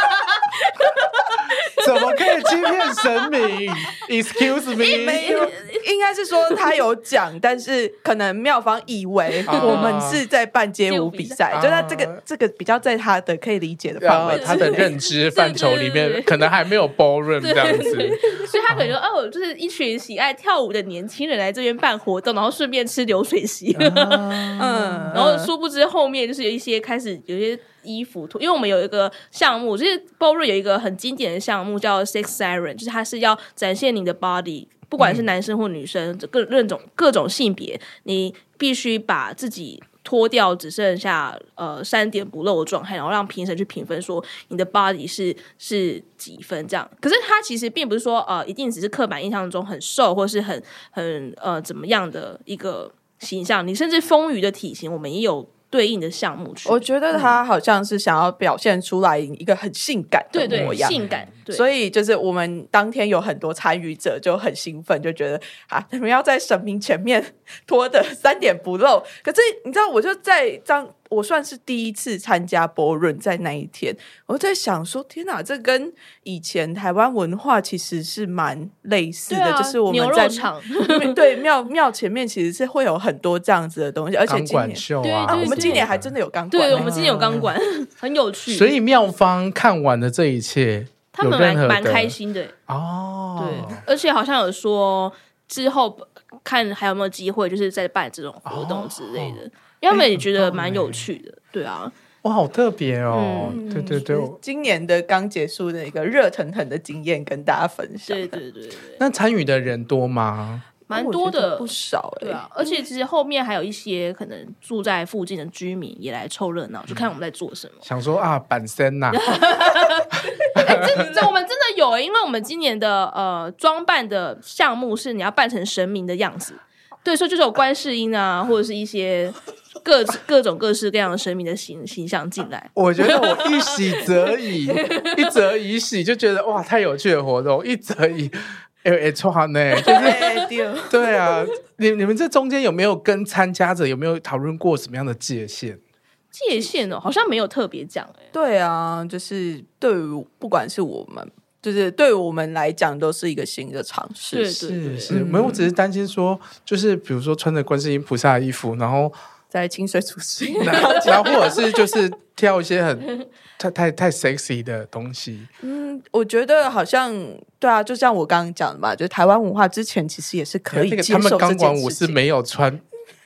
怎么可以欺骗神明 ？Excuse me， 没有，应该是说他有讲，但是可能庙方以为我们是在办街舞比赛，就他这个比较在他的可以理解的范围， 他的认知范畴里面可能还没有ballroom这样子， 所以他可能说就是一群喜爱跳舞的年轻人来这边办活动，然后顺便吃流水席，然后殊不知后面就是有一些开始有一些。衣服，因为我们有一个项目，就是 Ballroom 有一个很经典的项目叫 Sex Siren， 就是它是要展现你的 body， 不管是男生或女生，各种性别，你必须把自己脱掉，只剩下3点不露的状态，然后让评审去评分，说你的 body 是几分这样。可是它其实并不是说一定只是刻板印象中很瘦或是很怎么样的一个形象，你甚至丰腴的体型，我们也有。对应的项目去， 我觉得他好像是想要表现出来一个很性感的模样， 对，性感。对， 所以就是我们当天有很多参与者就很兴奋，就觉得你们要在神明前面脱得3点不露。可是你知道，我就在我算是第一次参加Ballroom，在那一天，我在想说，天哪，这跟以前台湾文化其实是蛮类似的，就是我们在牛肉场对庙前面其实是会有很多这样子的东西，而且今年秀啊， 我们今年还真的有钢管， 对，我们今年有钢管，很有趣。 所以庙方看完了这一切， 他们蛮开心的哦。 对，而且好像有说之后看还有没有机会，就是在办这种活动之类的。因为他们也觉得蛮有趣的，对啊， 哇，好特别哦！对， 今年的刚结束的一个热腾腾的经验跟大家分享。 对。 那参与的人多吗？ 蛮多的， 不少对啊。而且其实后面还有一些可能住在附近的居民也来凑热闹，就看我们在做什么。 想说板身呐， 这我们真的有，因为我们今年的装扮的项目是你要扮成神明的样子。对，所以就是有观世音啊，或者是一些各种各式各样的神明的形象进来。 我觉得我一喜则已，一则以喜，就觉得哇，太有趣的活动；一则以串呢，就是对啊。你们这中间有没有跟参加者有没有讨论过什么样的界限？ 界限好像没有特别讲对啊，就是对于不管是我们。就是对我们来讲都是一个新的尝试， 是，没有，我只是担心说，就是比如说穿着观世音菩萨的衣服，然后在清水祖师爷， 然后或者是就是跳一些很太 sexy 的东西。 我觉得好像对啊，就像我刚刚讲的嘛，就是台湾文化之前其实也是可以接受这件事情。 他们钢管舞是没有穿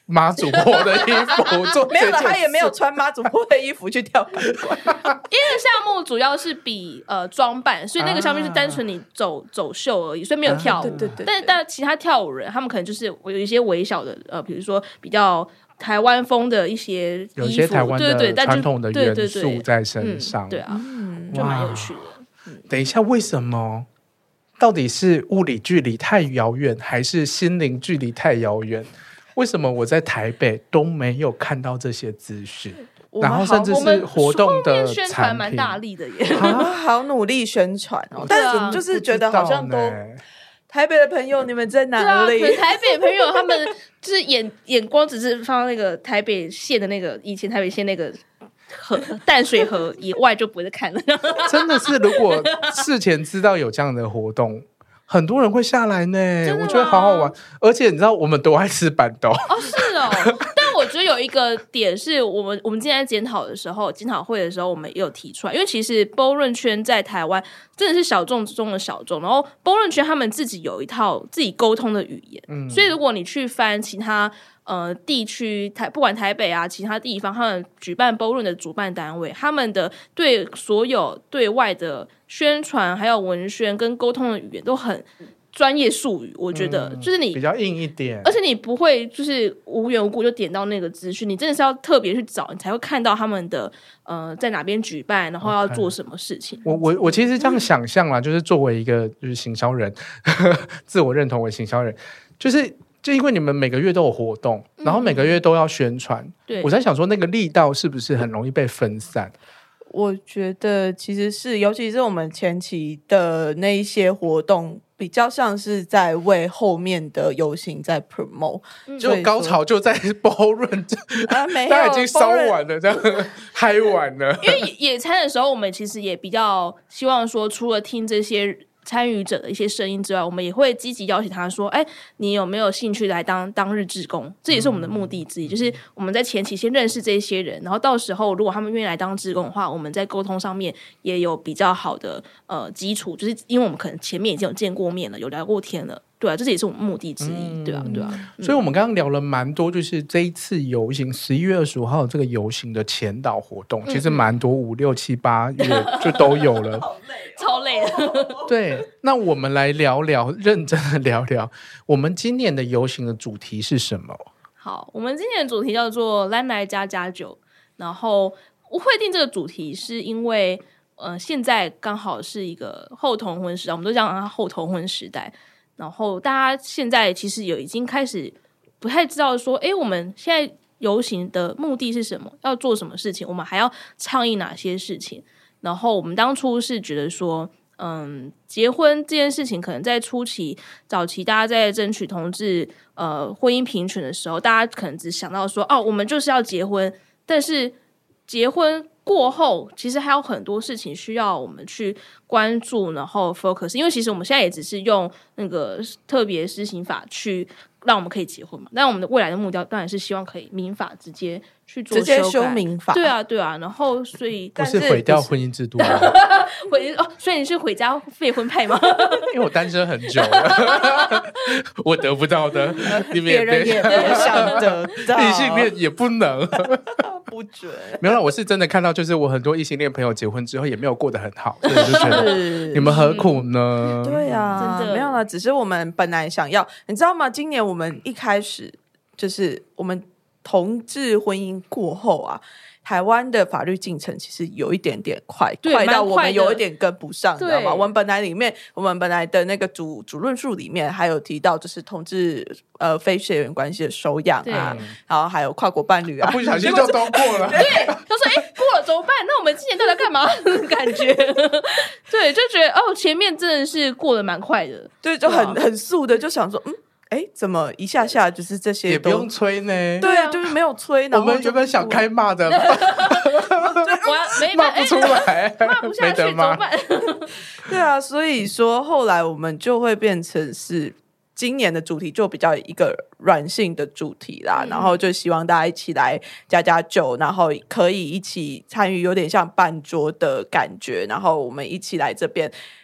妈祖婆的衣服做没有了， 这件他也没有事穿妈祖婆的衣服去跳板船。 因为项目主要是比装扮，所以那个上面是单纯你走秀而已，所以没有跳舞。 对但其他跳舞人，他们可能就是有一些微小的比如说比较台湾风的一些衣服， 有一些台湾的对传统的元素对在身上。 对啊，就蛮有趣的。 等一下，为什么？到底是物理距离太遥远，还是心灵距离太遥远？为什么我在台北都没有看到这些资讯？然后甚至是活动的宣传蛮大力的耶， 好努力宣传哦，但是就是觉得好像都台北的朋友你们在哪里？ 对啊，台北朋友他们就是眼光只是放那个台北县的那个以前台北县那个淡水河以外就不会再看了。 真的是，如果事前知道有这样的活动，很多人会下来呢。我觉得好好玩，而且你知道我们多爱吃板豆哦，是哦。但我觉得有一个点是我们今天在检讨会的时候，我们也有提出来，因为其实包润圈在台湾真的是小众中的小众，然后包润圈他们自己有一套自己沟通的语言，所以如果你去翻其他地区不管台北啊其他地方，他们举办包润的主办单位，他们的对所有对外的宣传还有文宣跟沟通的语言都很专业术语，我觉得就是你比较硬一点， 而且你不会就是无缘无故就点到那个资讯，你真的是要特别去找，你才会看到他们的在哪边举办，然后要做什么事情。 我其实这样想象啦，就是作为一个就是行销人，自我认同为行销人，就因为你们每个月都有活动，然后每个月都要宣传，我在想说那个力道是不是很容易被分散？ 我觉得其实是，尤其是我们前期的那一些活动，比较像是在为后面的游行在 promote， 就高潮就在包润， 没有， 大家已经烧完了，这样嗨完了。 因为野餐的时候，我们其实也比较希望说，除了听这些参与者的一些声音之外，我们也会积极邀请他说：“哎，你有没有兴趣来当日志工？”这也是我们的目的之一，就是我们在前期先认识这些人，然后到时候如果他们愿意来当志工的话，我们在沟通上面也有比较好的基础，就是因为我们可能前面已经有见过面了，有聊过天了。对啊，这也是我们目的之一，对啊。 所以我们刚刚聊了蛮多，就是这一次游行11月25号这个游行的前导活动，其实蛮多5、6、7、8月就都有了， 超累的。 对，那我们来聊聊，认真的聊聊，我们今年的游行的主题是什么？ 好，我们今年的主题叫做“咱来加加酒”，然后我会定这个主题是因为现在刚好是一个后同婚时代，我们都讲它后同婚时代。然后大家现在其实已经开始不太知道说，我们现在游行的目的是什么，要做什么事情，我们还要倡议哪些事情。然后我们当初是觉得说，结婚这件事情可能在早期大家在争取同志婚姻平权的时候，大家可能只想到说，我们就是要结婚，但是结婚过后其实还有很多事情需要我们去关注，然后 focus， 因为其实我们现在也只是用那个特别施行法去让我们可以结婚嘛，但我们的未来的目标当然是希望可以民法直接去做直接修民法， 对啊，然后所以不是毁掉婚姻制度吗？ 所以你是毁家废婚派吗？ 因为我单身很久了，我得不到的，你们别人也不想得到， 异性恋也不能。 不准。 没有啦，我是真的看到，就是我很多异性恋朋友结婚之后也没有过得很好，所以我就觉得你们何苦呢？ 对啊， 真的没有啦，只是我们本来想要，你知道吗？今年我们一开始就是我们同志婚姻过后啊，台湾的法律进程其实有一点点快到我们有一点跟不上，你知道吗？我们本来的那个主论述里面还有提到，就是同志非血缘关系的收养啊，然后还有跨国伴侣啊， 不小心就都过了。 对，他说过了怎么办？那我们今年到底要干嘛？感觉对，就觉得前面真的是过得蛮快的， 对，就很速的，就想说怎么一下下就是这些也不用催呢？ 对啊，就是没有催。然后我们原本想开骂的， 骂不出来， 骂不下去怎么办？ 对啊，所以说后来我们就会变成是今年的主题就比较一个软性的主题啦，然后就希望大家一起来加酒，然后可以一起参与，有点像办桌的感觉，然后我们一起来这边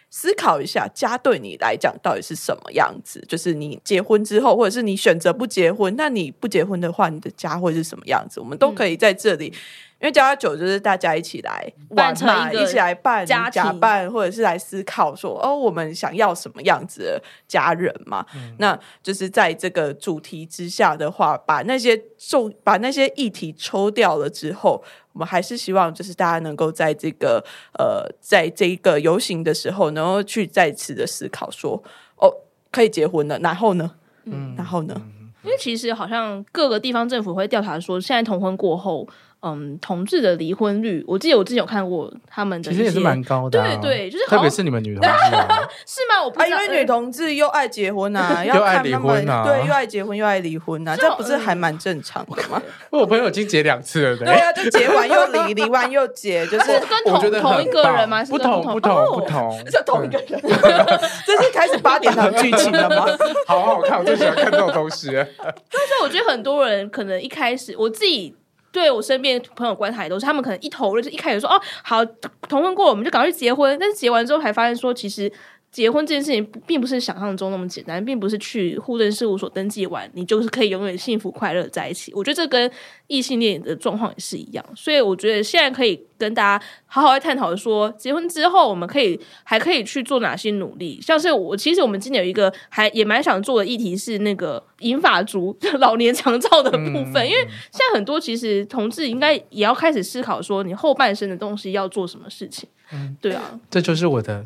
思考一下家对你来讲到底是什么样子，就是你结婚之后，或者是你选择不结婚，那你不结婚的话，你的家会是什么样子，我们都可以在这里因为家家酒就是大家一起来玩嘛，一起来办假扮，或者是来思考说我们想要什么样子的家人嘛。那就是在这个主题之下的话，把那些议题抽掉了之后，我们还是希望就是大家能够在这个游行的时候，能够去再次的思考说可以结婚了，然后呢？然后呢？ 因为其实好像各个地方政府会调查说，现在同婚过后同志的离婚率，我记得我之前有看过他们的， 其实也是蛮高的对对，就是特别是你们女同志是吗？我不知道， 因为女同志又爱结婚啊， 又爱离婚啊， 对，又爱结婚又爱离婚啊，这不是还蛮正常的吗？ 我朋友已经结2次了， 对啊，就结完又离，离完又结，就是跟同一个人吗？ 不同， 是同一个人，这是开始8点档剧情了吗？ 好好看，我最喜欢看这种东西。所以我觉得很多人可能一开始，我自己对我身边朋友观察也都是，他们可能一头热，就一开始说好同婚过了，我们就赶快去结婚，但是结完之后才发现说，其实结婚这件事情并不是想象中那么简单，并不是去户政事务所登记完你就是可以永远幸福快乐在一起。我觉得这跟异性恋的状况也是一样，所以我觉得现在可以跟大家好好来探讨说，结婚之后我们还可以去做哪些努力。像是其实我们今年有一个也蛮想做的议题是那个银发族老年长照的部分，因为现在很多其实同志应该也要开始思考说，你后半生的东西要做什么事情。对啊， 这就是我的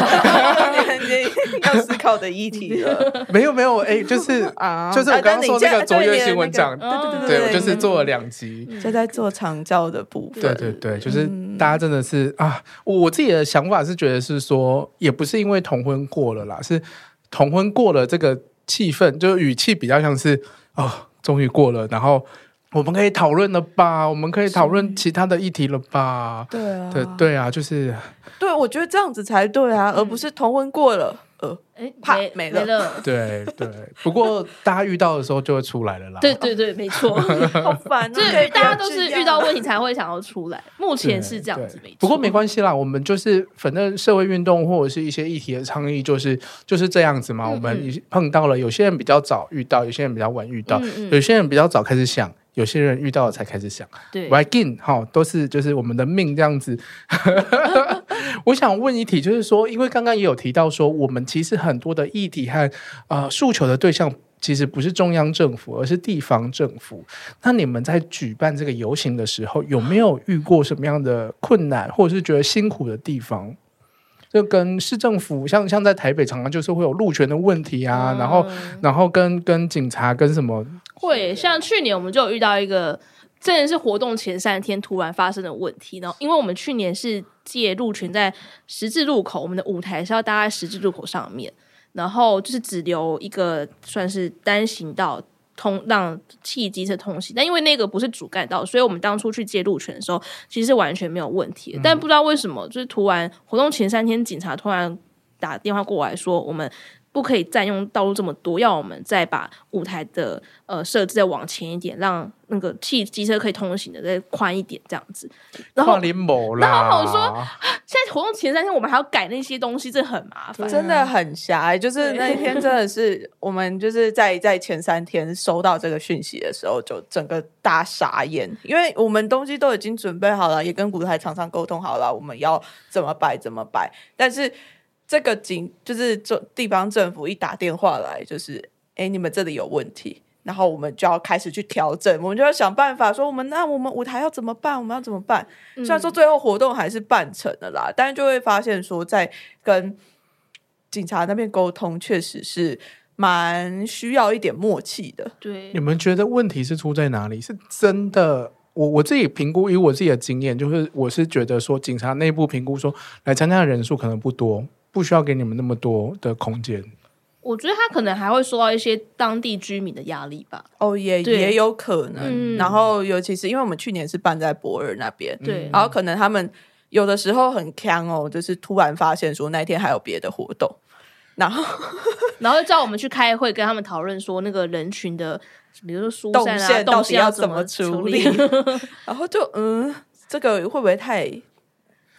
要思考的议题了。 没有就是我刚刚说那个卓越新闻奖，对，我就是做了2集， 就在做长照的部分。 对，就是大家真的是我自己的想法是觉得是说，也不是因为同婚过了啦，是同婚过了这个气氛，就语气比较像是终于过了，然后我们可以讨论了吧，我们可以讨论其他的议题了吧。对啊，就是对，我觉得这样子才对啊，而不是同婚过了啪没了。 对，不过大家遇到的时候就会出来了啦。 对，没错。 好烦啊！ 就是大家都是遇到问题才会想要出来，目前是这样子，没错。 不过没关系啦，我们就是反正社会运动或者是一些议题的倡议，就是这样子嘛。我们碰到了，有些人比较早遇到，有些人比较晚遇到，有些人比较早开始想。有些人遇到了才开始想， 对 ，again 都是就是我们的命这样子。我想问一题，就是说，因为刚刚也有提到说，我们其实很多的议题和诉求的对象，其实不是中央政府，而是地方政府。那你们在举办这个游行的时候，有没有遇过什么样的困难，或者是觉得辛苦的地方？就跟市政府像在台北常常就是会有路权的问题啊，然后跟警察跟什么会，像去年我们就有遇到一个真的是活动前3天突然发生的问题，然后因为我们去年是借路权在十字路口，我们的舞台是要搭在十字路口上面，然后就是只留一个算是单行道让汽机车通行，但因为那个不是主干道，所以我们当初去借路权的时候其实是完全没有问题的。但不知道为什么就是突然活动前3天警察突然打电话过来说我们不可以占用道路这么多，要我们再把舞台的设置再往前一点，让那个机车可以通行的再宽一点这样子。然后我说现在活动前3天我们还要改那些东西，这很麻烦， 真的很狭隘。就是那一天真的是我们就是在前3天收到这个讯息的时候，就整个大傻眼，因为我们东西都已经准备好了，也跟舞台厂商沟通好了，我们要怎么摆，但是这个就是地方政府一打电话来，就是你们这里有问题，然后我们就要开始去调整，我们就要想办法说我们舞台要怎么办，我们要怎么办。虽然说最后活动还是办成了啦，但是就会发现说在跟警察那边沟通确实是蛮需要一点默契的。 对， 你们觉得问题是出在哪里？是真的我自己评估，以我自己的经验，就是我是觉得说警察内部评估说来参加的人数可能不多，不需要给你们那么多的空间。 我觉得他可能还会受到一些当地居民的压力吧。 也有可能。然后尤其是因为我们去年是办在博尔那边， 对， 然后可能他们有的时候很呛就是突然发现说那天还有别的活动，然后就叫我们去开会跟他们讨论说那个人群的比如说疏散啊动线要怎么处理然后就这个会不会太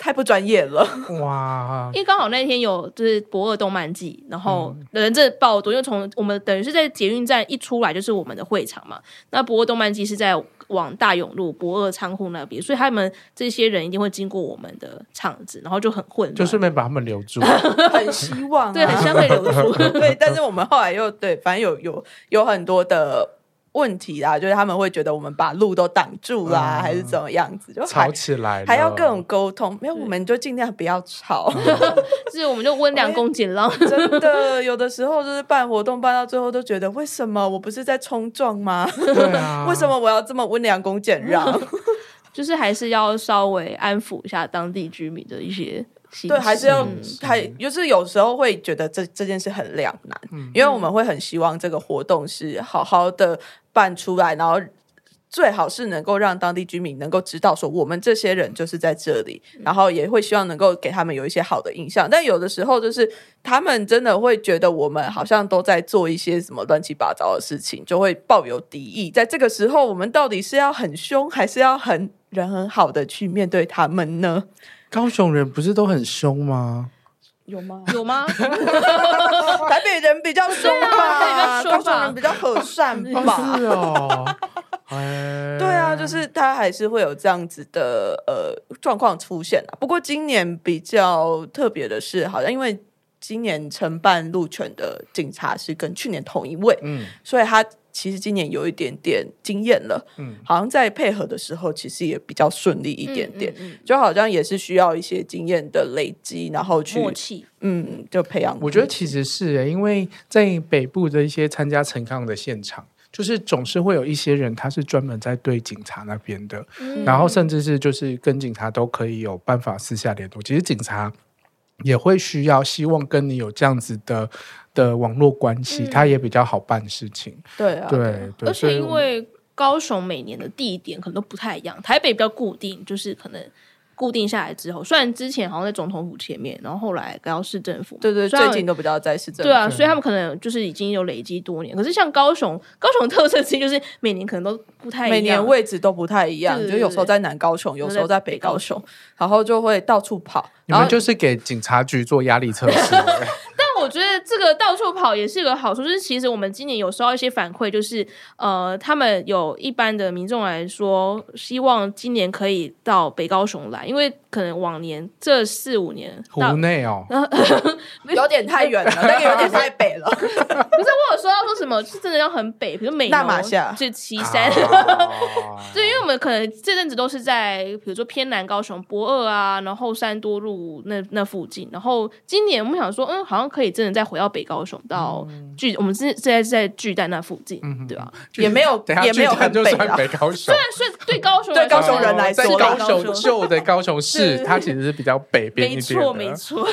太不专业了。 哇， 因为刚好那天有就是博二动漫季，然后人真的爆多，因为从我们等于是在捷运站一出来就是我们的会场嘛，那博二动漫季是在往大勇路博二仓库那边，所以他们这些人一定会经过我们的场子，然后就很混乱， 就顺便把他们留住。 很希望、啊， 对，很像被留住。 对，但是我们后来又对，反正有很多的问题啦，就是他们会觉得我们把路都挡住啦，还是怎么样子，就吵起来了， 还要各种沟通。没有，我们就尽量不要吵。 就是我们就温良恭俭让。 真的，有的时候就是办活动办到最后都觉得，为什么我不是在冲撞吗？ 对啊， 为什么我要这么温良恭俭让？ 就是还是要稍微安抚一下当地居民的一些心情。 对，还是要就是有时候会觉得这件事很两难，因为我们会很希望这个活动是好好的办出来，然后最好是能够让当地居民能够知道说我们这些人就是在这里，然后也会希望能够给他们有一些好的印象。但有的时候就是他们真的会觉得我们好像都在做一些什么乱七八糟的事情，就会抱有敌意。在这个时候我们到底是要很凶还是要人很好的去面对他们呢？ 高雄人不是都很凶吗？ 有吗？ 有吗？ 台北人比较凶吧， 对啊， 高雄人比较和善吧。 是哦， 对啊，就是他还是会有这样子的状况出现啊。不过今年比较特别的是，好像因为今年承办路权的警察是跟去年同一位，所以他其实今年有一点点经验了，好像在配合的时候其实也比较顺利一点点，就好像也是需要一些经验的累积，然后去默契， 就培养。 我觉得其实是因为在北部的一些参加陈抗的现场，就是总是会有一些人他是专门在对警察那边的，然后甚至是就是跟警察都可以有办法私下联络，其实警察也会希望跟你有这样子的网络关系，他也比较好办事情。 对啊， 对， 而且因为高雄每年的地点可能都不太一样，台北比较固定，就是可能固定下来之后，虽然之前好像在总统府前面，然后后来到市政府， 对，最近都比较在市政府。 对啊，所以他们可能就是已经有累积多年。可是像高雄特色其实就是每年可能都不太一样， 每年位置都不太一样，就有时候在南高雄，有时候在北高雄，然后就会到处跑。 你们就是给警察局做压力测试。 但我觉得这个到处跑也是有个好处，就是其实我们今年有收到一些反馈，就是他们有一般的民众来说，希望今年可以到北高雄来，因为可能往年这4-5年湖内哦， 有点太远了，那个有点太北了。 可是我有说到说什么是真的要很北，比如美大马夏就旗山，对，因为我们可能这阵子都是在比如说偏南高雄博二啊，然后三多路那附近，然后今年我们想说，好像可以真的再回到北高雄，到我们现在在巨蛋那附近，对吧？ 也没有很就北啦。 算北高雄， 虽然是对高雄对高雄人来说在高雄旧的高雄市，它其实是比较北边一点的， 没错。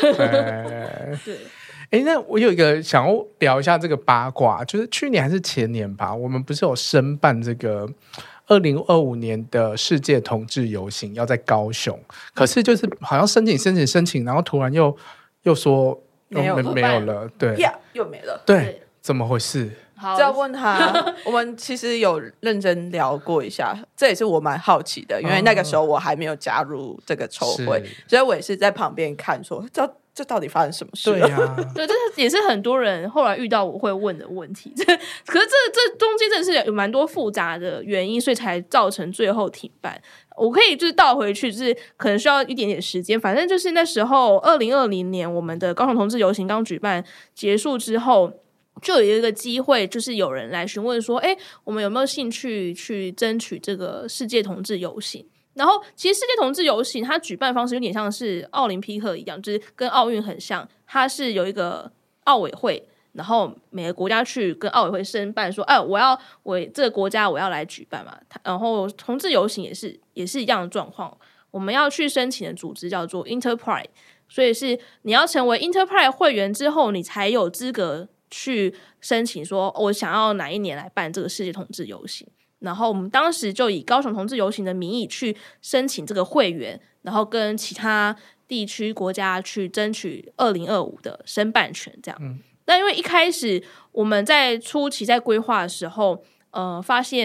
对。那我有一个想要聊一下这个八卦，就是去年还是前年吧，我们不是有申办这个2025年的世界同志游行要在高雄，可是就是好像申请，然后突然又说没有了，对， 又没了， 对，怎么回事？ 这要问他。我们其实有认真聊过一下，这也是我蛮好奇的，因为那个时候我还没有加入这个筹会，所以我也是在旁边看说，这到底发生什么事了？ 对呀， 对，这也是很多人后来遇到我会问的问题。可是这中间真的是有蛮多复杂的原因，所以才造成最后停办。我可以就是倒回去，就是可能需要一点点时间。反正就是那时候2020年我们的高雄同志游行刚举办结束之后，就有一个机会，就是有人来询问说，我们有没有兴趣去争取这个世界同志游行？然后其实世界同志游行它举办方式有点像是奥林匹克一样，就是跟奥运很像，它是有一个奥委会，然后每个国家去跟奥委会申办说，我这个国家我要来举办嘛。然后同志游行也是一样的状况，我们要去申请的组织叫做 Interpride， 所以是你要成为 Interpride 会员之后，你才有资格去申请说我想要哪一年来办这个世界同志游行。然后我们当时就以高雄同志游行的名义去申请这个会员，然后跟其他地区国家去争取2025的申办权这样。但因为一开始我们在初期在规划的时候发现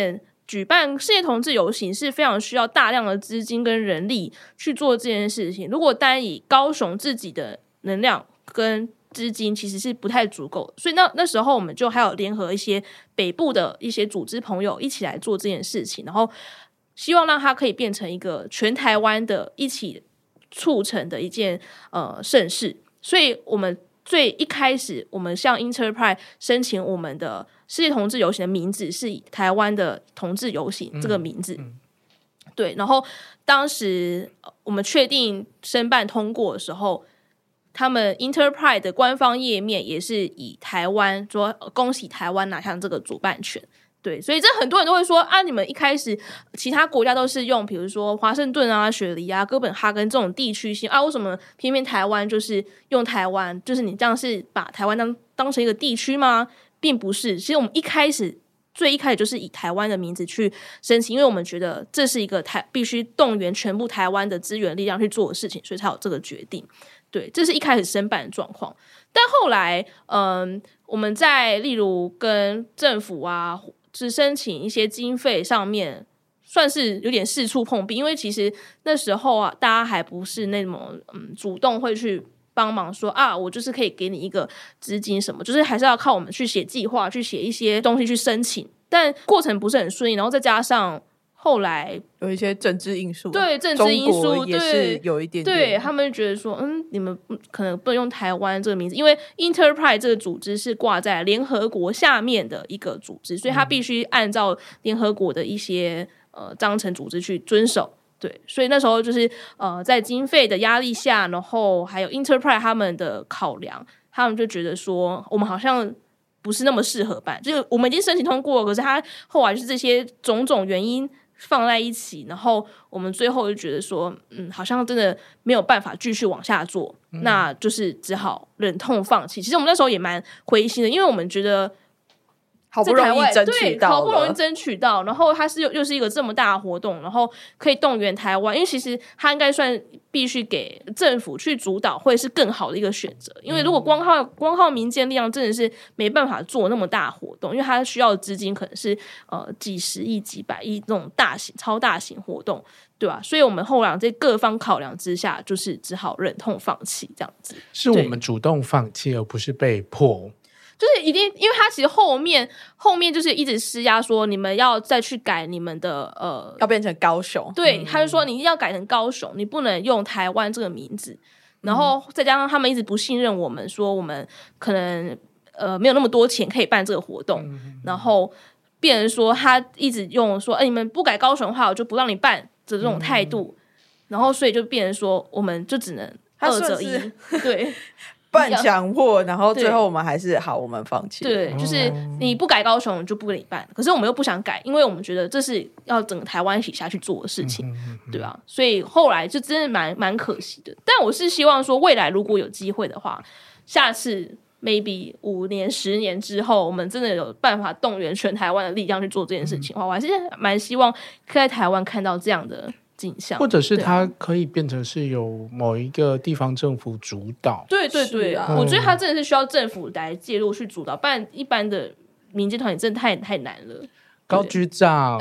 举办世界同志游行是非常需要大量的资金跟人力去做这件事情。如果单以高雄自己的能量跟资金其实是不太足够的，所以那时候我们就还有联合一些北部的一些组织朋友一起来做这件事情，然后希望让它可以变成一个全台湾的一起促成的一件盛事。所以我们最一开始我们向 Interpride 申请我们的世界同志游行的名字是以台湾的同志游行这个名字，对。然后当时我们确定申办通过的时候，他们 Interpride 的官方页面也是以台湾说恭喜台湾拿下这个主办权。对，所以这很多人都会说啊，你们一开始其他国家都是用比如说华盛顿啊、雪梨啊、哥本哈根这种地区性啊，为什么偏偏台湾就是用台湾？就是你这样是把台湾当成一个地区吗？并不是，其实我们最一开始就是以台湾的名字去申请，因为我们觉得这是一个必须动员全部台湾的资源力量去做的事情，所以才有这个决定。对，这是一开始申办的状况。但后来我们在例如跟政府啊是申请一些经费上面算是有点四处碰壁，因为其实那时候啊大家还不是那种主动会去帮忙说啊我就是可以给你一个资金什么，就是还是要靠我们去写计划，去写一些东西去申请，但过程不是很顺利，然后再加上后来有一些政治因素， 对政治因素也是有一点点， 对他们觉得说你们可能不能用台湾这个名字，因为 Interpride 这个组织是挂在联合国下面的一个组织，所以它必须按照联合国的一些章程组织去遵守。对，所以那时候就是在经费的压力下，然后还有 Interpride 他们的考量，他们就觉得说我们好像不是那么适合办，就是我们已经申请通过了，可是他后来就是这些种种原因放在一起，然后我们最后就觉得说好像真的没有办法继续往下做，那就是只好忍痛放弃。其实我们那时候也蛮灰心的，因为我们觉得好不容易争取到了， 好不容易争取到，然后它是又是一个这么大的活动，然后可以动员台湾，因为其实它应该算必须给政府去主导，会是更好的一个选择。因为如果光靠民间力量，真的是没办法做那么大的活动，因为它需要的资金可能是几十亿、几百亿这种超大型活动，对吧？所以我们后来在各方考量之下，就是只好忍痛放弃这样子。 是我们主动放弃，而不是被迫。 就是一定，因为他其实后面就是一直施压说你们要再去改你们的要变成高雄， 对，他就说你一定要改成高雄，你不能用台湾这个名字。然后再加上他们一直不信任我们，说我们可能没有那么多钱可以办这个活动，然后变成说他一直用说你们不改高雄的话，我就不让你办的这种态度，然后所以就变成说我们就只能二择一，对。 半强迫，然后最后我们还是好，我们放弃。 对，就是你不改高雄就不给你办，可是我们又不想改，因为我们觉得这是要整个台湾一起下去做的事情，对吧？所以后来就真的蛮可惜的。但我是希望说，未来如果有机会的话，下次 maybe 5年、10年之后，我们真的有办法动员全台湾的力量去做这件事情的话，我还是蛮希望可以在台湾看到这样的景象， 或者是它可以变成是由某一个地方政府主导。 对对对啊，我觉得它真的是需要政府来介入去主导，不然一般的民间团体真的太难了。 高局长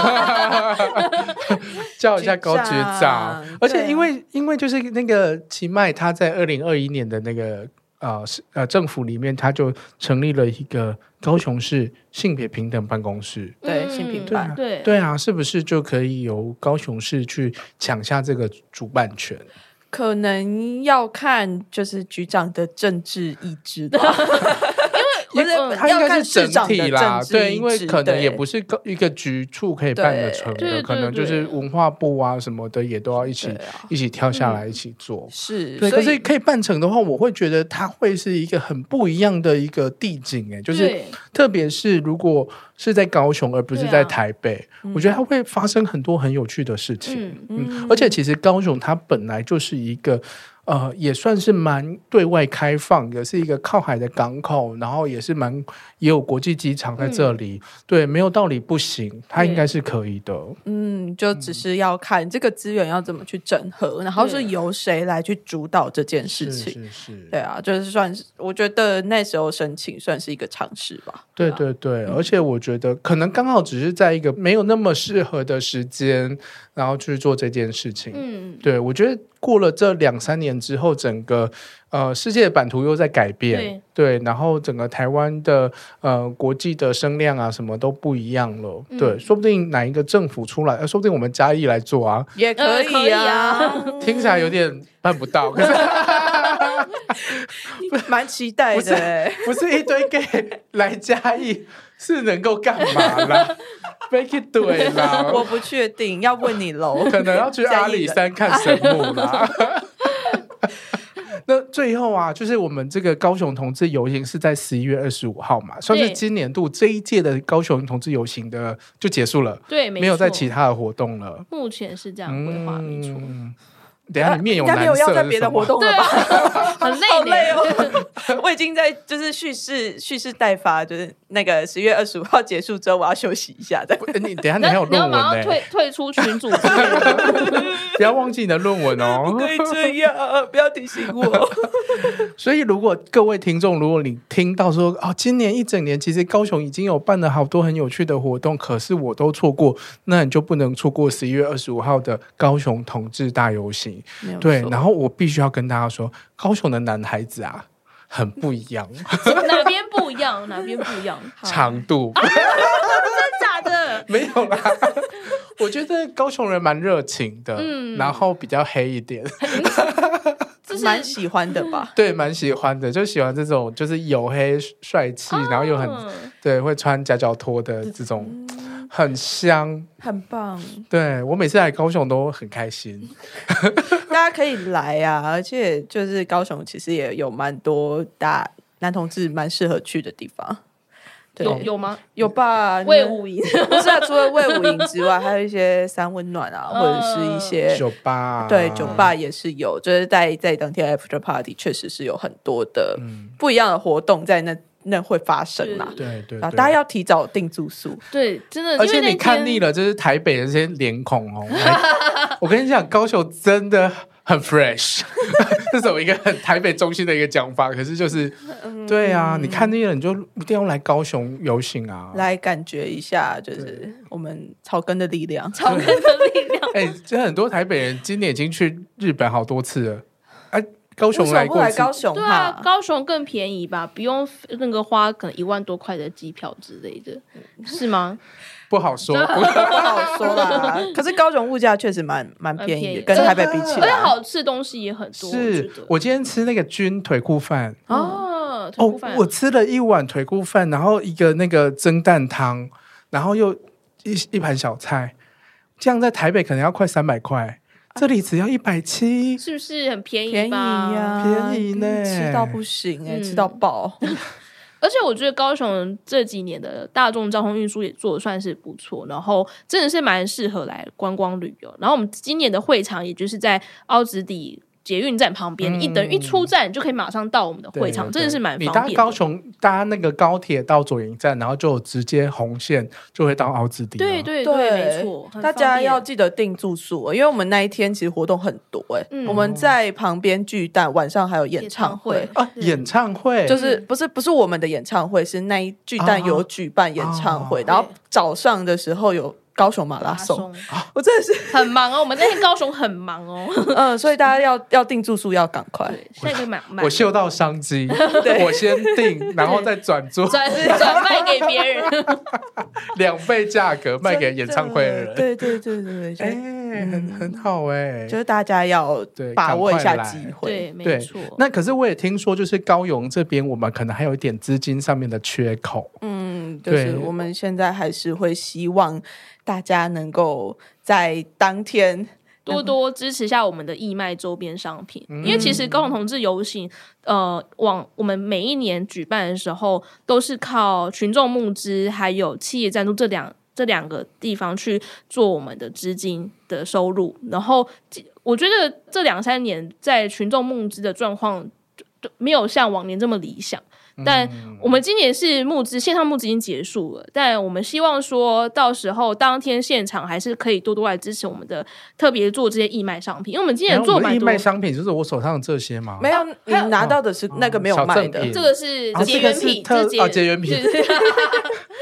叫一下高局长。而且因为就是那个奇迈他在2021年的那个政府里面，他就成立了一个高雄市性别平等办公室。 对，性平办， 对啊，是不是就可以由高雄市去抢下这个主办权？ 可能要看就是局长的政治意志吧。 因为它应该是整体啦，对，因为可能也不是一个局处可以办得成的，可能就是文化部啊什么的也都要一起跳下来一起做。 是， 对，可是可以办成的话，我会觉得它会是一个很不一样的一个地景，就是特别是如果是在高雄而不是在台北，我觉得它会发生很多很有趣的事情。而且其实高雄它本来就是一个也算是蛮对外开放，也是一个靠海的港口，然后也有国际机场在这里，对，没有道理不行，它应该是可以的。 就只是要看这个资源要怎么去整合，然后是由谁来去主导这件事情。 是， 对啊，就是算是我觉得那时候申请算是一个尝试吧。 对，而且我觉觉得可能刚好只是在一个没有那么适合的时间，然后去做这件事情。对，我觉得过了这2-3年之后，整个世界的版图又在改变，对，然后整个台湾的国际的声量啊，什么都不一样了。对，说不定哪一个政府出来，说不定我们嘉义来做啊， 也可以啊。 听起来有点办不到，可是蛮期待的。 不是一堆 gay 来嘉义是能够干嘛啦？Make it 对啦， 我不确定，要问你喽。 可能要去阿里山看神木啦。那最后啊，就是我们这个高雄同志游行是在11月25号嘛，算是今年度这一届的高雄同志游行的就结束了， 对， 没有在其他的活动了。 目前是这样规划，没错。 等一下你面有难色， 应该没有要在别的活动了吧？ 很累， 好累哦！我已经在就是蓄势待发，就是那个10月25号结束之后，我要休息一下的。 你等一下你还有论文呢，你要退出群组之类的， 不要忘记你的论文哦。 不可以这样，不要提醒我。 所以如果各位听众，如果你听到说今年一整年其实高雄已经有办了好多很有趣的活动，可是我都错过，那你就不能错过11月25号的高雄同志大游行。对，然后我必须要跟大家说，高雄的男孩子啊很不一样。 哪边不一样？哪边不一样？ 长度真假的？ 没有啦。我觉得高雄人蛮热情的，然后比较黑一点。 蛮喜欢的吧？ 对，蛮喜欢的，就喜欢这种就是黝黑帅气，然后又很对，会穿夹脚拖的这种，很香， 很棒。 对，我每次来高雄都很开心。 大家可以来啊，而且就是高雄其实也有蛮多男同志蛮适合去的地方。 有吗？ 有吧？ 卫武营不是啊，除了卫武营之外，还有一些三温暖啊，或者是一些酒吧， 对，酒吧也是有，就是在当天 after party 确实是有很多的不一样的活动在那会发生啦。 对， 然后大家要提早订住宿。 对，真的， 而且你看腻了，就是台北的这些脸孔哦。我跟你讲，高雄真的很 fresh， 这是我一个很台北中心的一个讲法，可是就是对啊，你看腻了，你就一定要来高雄游行啊， 来感觉一下，就是我们草根的力量， 草根的力量。 这很多台北人今年已经去日本好多次了，高雄来过一次，高雄对啊，高雄更便宜吧，不用那个花可能1万多块的机票之类的，是吗？ 不好说， 不好说啦。可是高雄物价确实蛮便宜的，跟台北比起来， 而且好吃的东西也很多。 是我今天吃那个军腿裤饭腿裤饭我吃了1碗腿裤饭，然后一个那个蒸蛋汤，然后又一盘小菜，这样在台北可能要快300块。这里只要170， 是不是很便宜？ 便宜呀， 便宜呢， 吃到不行吃到爆。 而且我觉得高雄这几年的大众交通运输也做得算是不错，然后真的是蛮适合来观光旅游。然后我们今年的会场也就是在凹子底捷运站旁边，等于一出站就可以马上到我们的会场，真的是蛮方便的。 你搭高雄搭那个高铁到左营站，然后就直接红线就会到凹子底。 对，没错。 大家要记得订住宿，因为我们那一天其实活动很多我们在旁边巨蛋晚上还有演唱会演唱会就是不是我们的演唱会，是那一巨蛋有举办演唱会，然后早上的时候有高雄马拉松，我真的是很忙哦。我们那天高雄很忙哦， 所以大家要订住宿要赶快。 现在可以买。 我嗅到商机，我先订，然后再转做转卖给别人 ，2倍价格卖给演唱会的人。 对， 很好就是大家要把握一下机会。 对，没错。 那可是我也听说，就是高雄这边我们可能还有一点资金上面的缺口。 就是我们现在还是会希望大家能够在当天多多支持一下我们的义卖周边商品，因为其实高雄同志游行我们每一年举办的时候都是靠群众募资还有企业赞助这两个地方去做我们的资金的收入。然后我觉得这2-3年在群众募资的状况没有像往年这么理想，但我们今年是线上募资已经结束了，但我们希望说到时候当天现场还是可以多多来支持我们的，特别做这些义卖商品，因为我们今年做蛮多义卖商品，就是我手上的这些吗？ 没有，你拿到的是那个没有卖的， 这个是结缘品， 结缘品。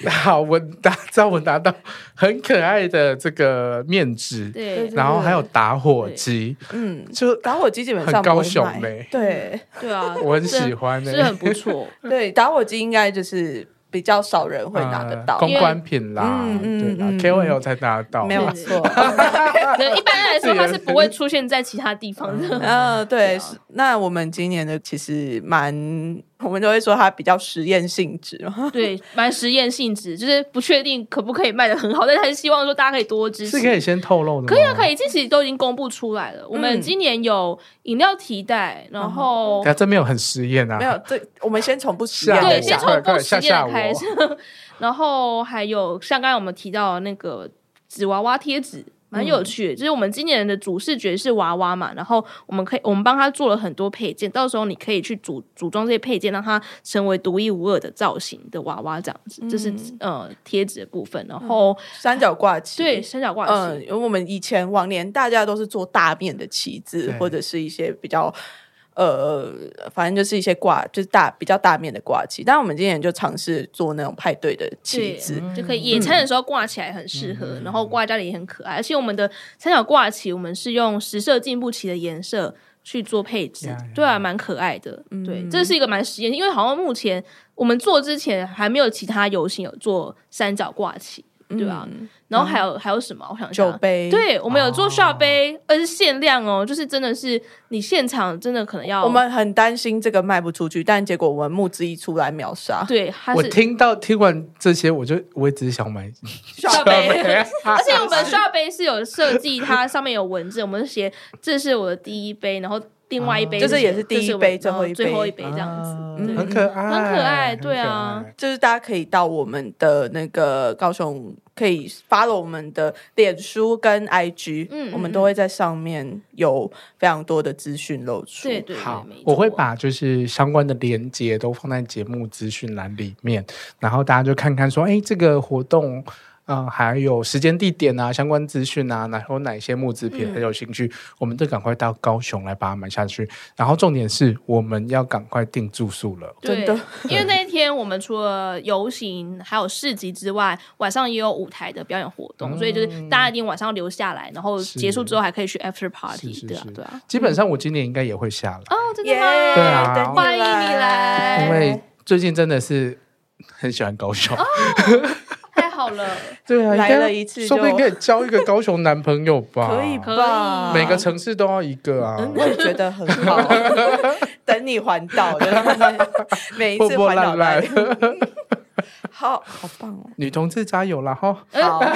好，我拿到很可爱的这个面纸， 对然后还有打火机，就打火机基本上很高不会卖雄嘞， 对对啊， 我很喜欢是很不错。 对，打火机应该就是比较少人会拿得到， 公关品啦，对啦，KOL 才拿得到， 没有错。 对，一般来说它是不会出现在其他地方的。 对，那我们今年的其实我们都会说它比较实验性质嘛。 对，蛮实验性质，就是不确定可不可以卖得很好，但是还是希望说大家可以多支持。 是可以先透露的吗？ 可以啊，可以，这其实都已经公布出来了。我们今年有饮料提袋，然后这没有很实验啊， 没有，我们先从不实验对， 的先从不实验的开始我， 然后还有像刚才我们提到的那个纸娃娃贴纸。蛮有趣的，就是我们今年的主视觉是娃娃嘛，然后我们帮他做了很多配件，到时候你可以去组装这些配件，让它成为独一无二的造型的娃娃这样子。这是贴纸的部分，然后三角挂旗， 对，三角挂旗， 因为我们往年大家都是做大面的旗子，或者是一些比较。反正就是一些就是比较大面的挂旗，但我们今年就尝试做那种派对的旗子， 就可以野餐的时候挂起来很适合，然后挂在家里也很可爱。而且我们的三角挂旗，我们是用10色进步旗的颜色去做配置，对啊，蛮可爱的。对，这是一个蛮实验，因为好像目前我们做之前还没有其他游行有做三角挂旗。对啊，然后还有什么？我想想， 酒杯， 对，我们有做shot杯，而是限量哦，就是真的是你现场真的可能要， 我们很担心这个卖不出去，但结果我们募资一出来秒杀。 对， 我听完这些，我也只是想买 shot杯，而且我们shot杯是有设计，它上面有文字，我们写这是我的第一杯，然后。另外一杯就是也是第一杯，最后一杯这样子， 很可爱， 很可爱，对啊， 就是大家可以到我们的那个高雄，可以 follow 我们的脸书跟 IG，我们都会在上面有非常多的资讯露出。 对对， 好，我会把就是相关的连结都放在节目资讯栏里面，然后大家就看看说，这个活动。还有时间地点啊，相关资讯啊，然后哪些募资品很有兴趣，我们都赶快到高雄来把它买下去。然后重点是我们要赶快订住宿了， 真的，因为那一天我们除了游行还有市集之外，晚上也有舞台的表演活动，所以就是大家一定晚上留下来，然后结束之后还可以去 after party， 对啊，对啊。 基本上我今年应该也会下来哦，真的吗？ 对啊， 欢迎你来， 因为最近真的是很喜欢高雄。 太好了， 对啊， 来了一次说不定可以交一个高雄男朋友吧？ 可以吧？ 每个城市都要一个啊！ 我也觉得很好，等你环岛，每一次环岛来，好棒哦！ 女同志加油啦！哈，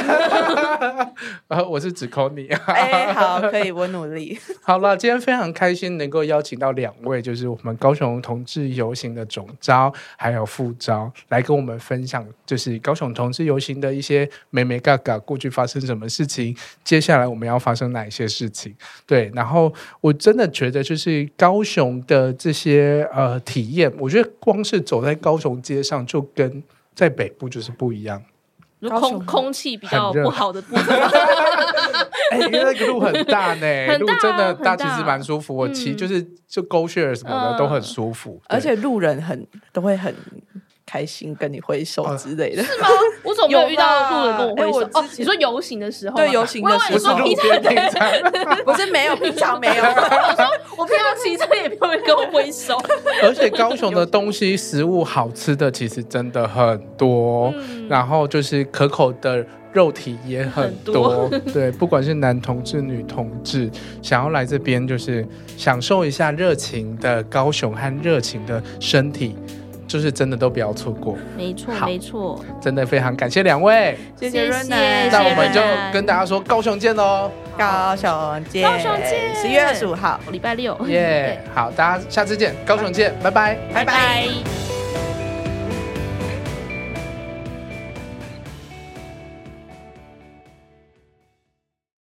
好， 我是只扣你。 好，可以，我努力。 好了，今天非常开心能够邀请到2位，就是我们高雄同志游行的总召还有副召，来跟我们分享，就是高雄同志游行的一些眉眉角角，过去发生什么事情，接下来我们要发生哪一些事情。对，然后我真的觉得，就是高雄的这些体验，我觉得光是走在高雄街上，就跟在北部就是不一样。 空气比较不好的部分， 因为那个路很大呢，路真的大，其实蛮舒服。我骑就狗血什么的都很舒服， 而且路人都会很开心跟你挥手之类的， 是吗？我怎么没有遇到路人跟我挥手？哦，你说游行的时候？ 对，游行的时候， 路边停车， 不是没有，平常没有。 我平常骑车也不会跟我挥手。 而且高雄的东西食物好吃的其实真的很多，然后就是可口的肉体也很多，对，不管是男同志女同志，想要来这边就是享受一下热情的高雄和热情的身体，就是真的都不要错过。 没错没错， 真的非常感谢2位， 谢谢润南。 那我们就跟大家说高雄见喽， 高雄见，10月25号礼拜6， 耶！好，大家下次见，高雄见，拜拜， 拜拜。